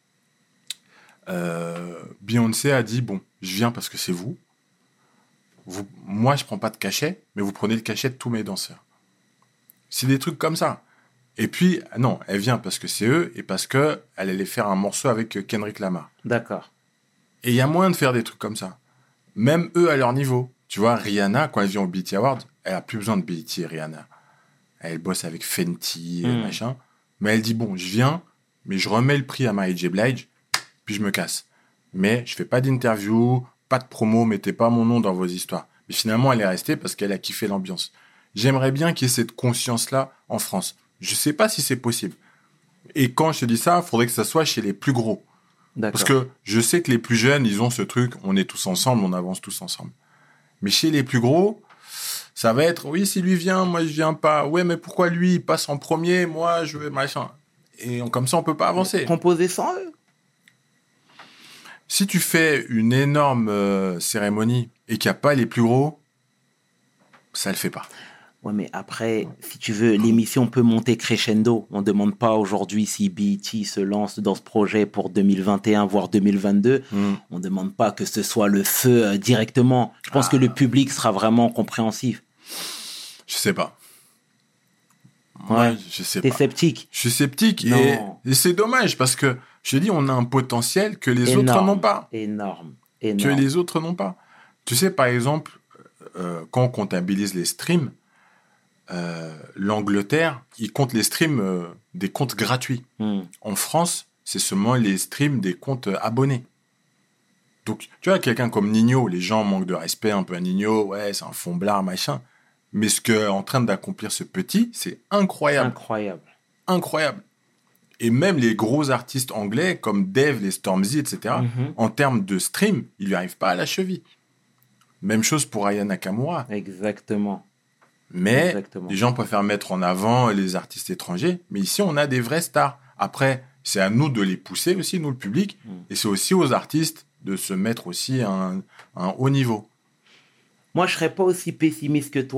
Beyoncé a dit, bon, je viens parce que c'est vous. Moi, je prends pas de cachet, mais vous prenez le cachet de tous mes danseurs. C'est des trucs comme ça. Et puis, non, elle vient parce que c'est eux et parce que elle allait faire un morceau avec Kendrick Lamar. D'accord. Et il y a moyen de faire des trucs comme ça. Même eux à leur niveau. Tu vois, Rihanna, quand elle vient au BET Awards, elle a plus besoin de BET, Rihanna. Elle bosse avec Fenty, machin. Mais elle dit, bon, je viens, mais je remets le prix à Mary J. Blige, puis je me casse. Mais je fais pas d'interview, pas de promo, mettez pas mon nom dans vos histoires. Mais finalement, elle est restée parce qu'elle a kiffé l'ambiance. J'aimerais bien qu'il y ait cette conscience-là en France. Je sais pas si c'est possible. Et quand je te dis ça, il faudrait que ça soit chez les plus gros. D'accord. Parce que je sais que les plus jeunes, ils ont ce truc, on est tous ensemble, on avance tous ensemble. Mais chez les plus gros, ça va être, oui, si lui vient, moi je viens pas. Ouais, mais pourquoi lui, il passe en premier, moi je veux machin. Et comme ça, on peut pas avancer. Composer sans eux. Si tu fais une énorme cérémonie et qu'il n'y a pas les plus gros, ça le fait pas. Ouais, mais après, si tu veux, l'émission peut monter crescendo. On ne demande pas aujourd'hui si BET se lance dans ce projet pour 2021, voire 2022. On ne demande pas que ce soit le feu directement. Je pense que le public sera vraiment compréhensif. Je sais pas. Moi, je sais pas. T'es sceptique? Je suis sceptique et c'est dommage parce que je te dis, on a un potentiel que les autres n'ont pas. Énorme. Que les autres n'ont pas. Tu sais, par exemple, quand on comptabilise les streams, l'Angleterre, ils comptent les streams des comptes gratuits. En France, c'est seulement les streams des comptes abonnés. Donc, tu vois, quelqu'un comme Nino, les gens manquent de respect un peu à Nino, ouais, c'est un fomblard, machin. Mais ce qu'est en train d'accomplir ce petit, c'est incroyable. Incroyable. Et même les gros artistes anglais, comme Dave, les Stormzy, etc., en termes de stream, ils lui arrivent pas à la cheville. Même chose pour Aya Nakamura. Exactement. Mais les gens préfèrent mettre en avant les artistes étrangers. Mais ici, on a des vraies stars. Après, c'est à nous de les pousser aussi, nous, le public. Et c'est aussi aux artistes de se mettre aussi à un haut niveau. Moi, je serais pas aussi pessimiste que toi.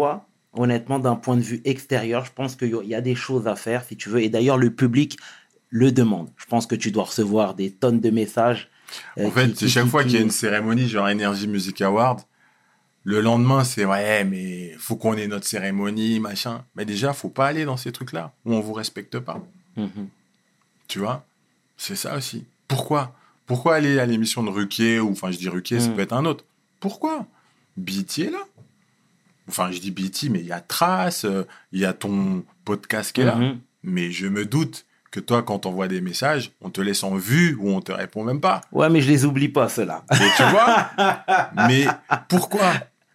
honnêtement, d'un point de vue extérieur, je pense qu'il y a des choses à faire, si tu veux. Et d'ailleurs, le public le demande. Je pense que tu dois recevoir des tonnes de messages. En fait, c'est chaque fois qu'il y a une cérémonie, genre Energy Music Award, le lendemain, c'est ouais, mais faut qu'on ait notre cérémonie, machin. Mais déjà, faut pas aller dans ces trucs-là où on vous respecte pas. Tu vois? C'est ça aussi. Pourquoi aller à l'émission de Ruquier, ou enfin, je dis Ruquier, ça peut être un autre. Pourquoi? BET est là. Enfin, je dis BET, mais il y a Trace, il y a ton podcast qui est là. Mais je me doute que toi, quand t'envoies des messages, on te laisse en vue ou on te répond même pas. Ouais, mais je les oublie pas, ceux-là. Et tu vois? Mais pourquoi?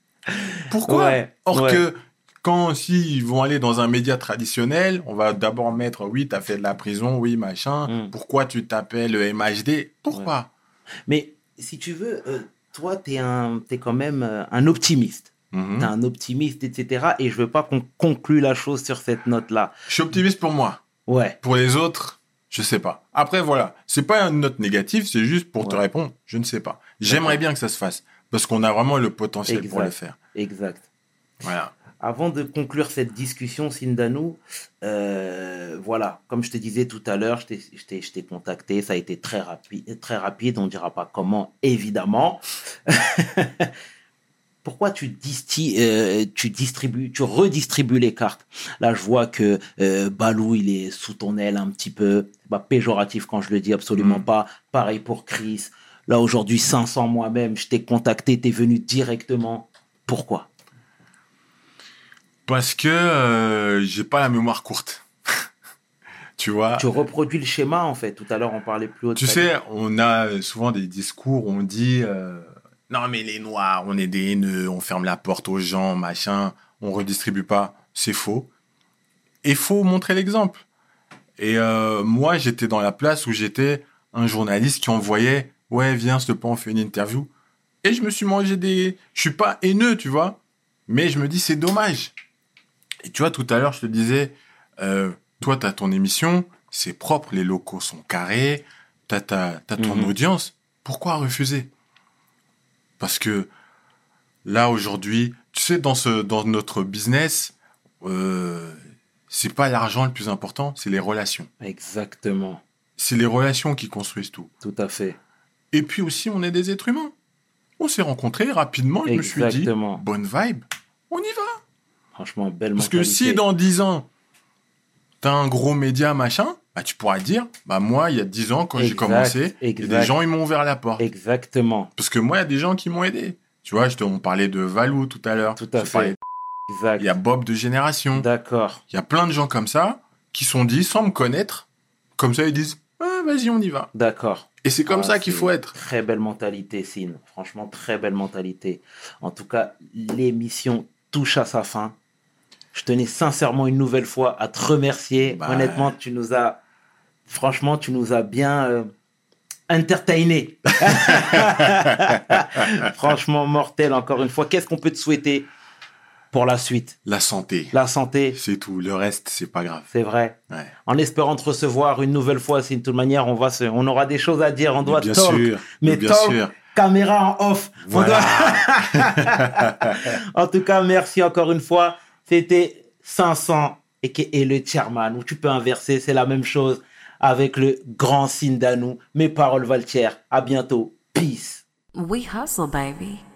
Or que quand s'ils vont aller dans un média traditionnel, on va d'abord mettre oui, t'as fait de la prison, oui, machin. Pourquoi tu t'appelles MHD? Pourquoi? Mais si tu veux, toi, t'es quand même un optimiste. T'es un optimiste, etc. Et je veux pas qu'on conclue la chose sur cette note-là. Je suis optimiste pour moi. Ouais. Pour les autres, je sais pas. Après, voilà. C'est pas une note négative, c'est juste pour te répondre, je ne sais pas. J'aimerais bien que ça se fasse. Parce qu'on a vraiment le potentiel pour le faire. Exact. Voilà. Avant de conclure cette discussion, Sindanou, voilà, comme je te disais tout à l'heure, je t'ai contacté, ça a été très rapide, on ne dira pas comment, évidemment. Pourquoi tu redistribues les cartes? Là, je vois que Balou, il est sous ton aile un petit peu. C'est pas péjoratif quand je le dis, absolument pas. Pareil pour Chris. Là, aujourd'hui, 500 moi-même, je t'ai contacté, t'es venu directement. Pourquoi? Parce que j'ai pas la mémoire courte. Tu vois? Tu reproduis le schéma, en fait. Tout à l'heure, on parlait plus haut. Tu sais, on a souvent des discours où on dit non, mais les Noirs, on est des haineux, on ferme la porte aux gens, machin, on redistribue pas. C'est faux. Et il faut montrer l'exemple. Et moi, j'étais dans la place où j'étais un journaliste qui envoyait ouais, viens, s'il te plaît, on fait une interview. Et je me suis mangé des... Je suis pas haineux, tu vois. Mais je me dis, c'est dommage. Et tu vois, tout à l'heure, je te disais, toi, t'as ton émission, c'est propre, les locaux sont carrés, t'as ton audience. Pourquoi refuser? Parce que là, aujourd'hui, tu sais, dans notre business, c'est pas l'argent le plus important, c'est les relations. Exactement. C'est les relations qui construisent tout. Tout à fait. Et puis aussi, on est des êtres humains. On s'est rencontrés rapidement, je me suis dit, bonne vibe, on y va. Franchement, belle Parce mentalité. que si dans 10 ans, t'as un gros média, machin, bah tu pourras dire, bah moi, il y a 10 ans, quand j'ai commencé, et des gens, ils m'ont ouvert la porte. Exactement. Parce que moi, il y a des gens qui m'ont aidé. Tu vois, on parlait de Valou tout à l'heure. Tout à fait. Exact. Il y a Bob de Génération. D'accord. Il y a plein de gens comme ça qui sont dit, sans me connaître, comme ça, ils disent, ah, vas-y, on y va. D'accord. Et c'est comme ça qu'il faut être. Très belle mentalité, Sin. Franchement, très belle mentalité. En tout cas, l'émission touche à sa fin. Je tenais sincèrement une nouvelle fois à te remercier. Honnêtement, tu nous as bien entertainé. Franchement, mortel, encore une fois. Qu'est-ce qu'on peut te souhaiter pour la suite? La santé. La santé. C'est tout. Le reste, c'est pas grave. C'est vrai. Ouais. En espérant te recevoir une nouvelle fois, Sin. De toute manière, on aura des choses à dire. On doit bien talk. Sûr. Mais bien talk, sûr. Caméra en off. Voilà. En tout cas, merci encore une fois. C'était 500 et le chairman, où tu peux inverser, c'est la même chose avec le grand Sindanou. Mes paroles valent cher. À bientôt. Peace. We hustle, baby.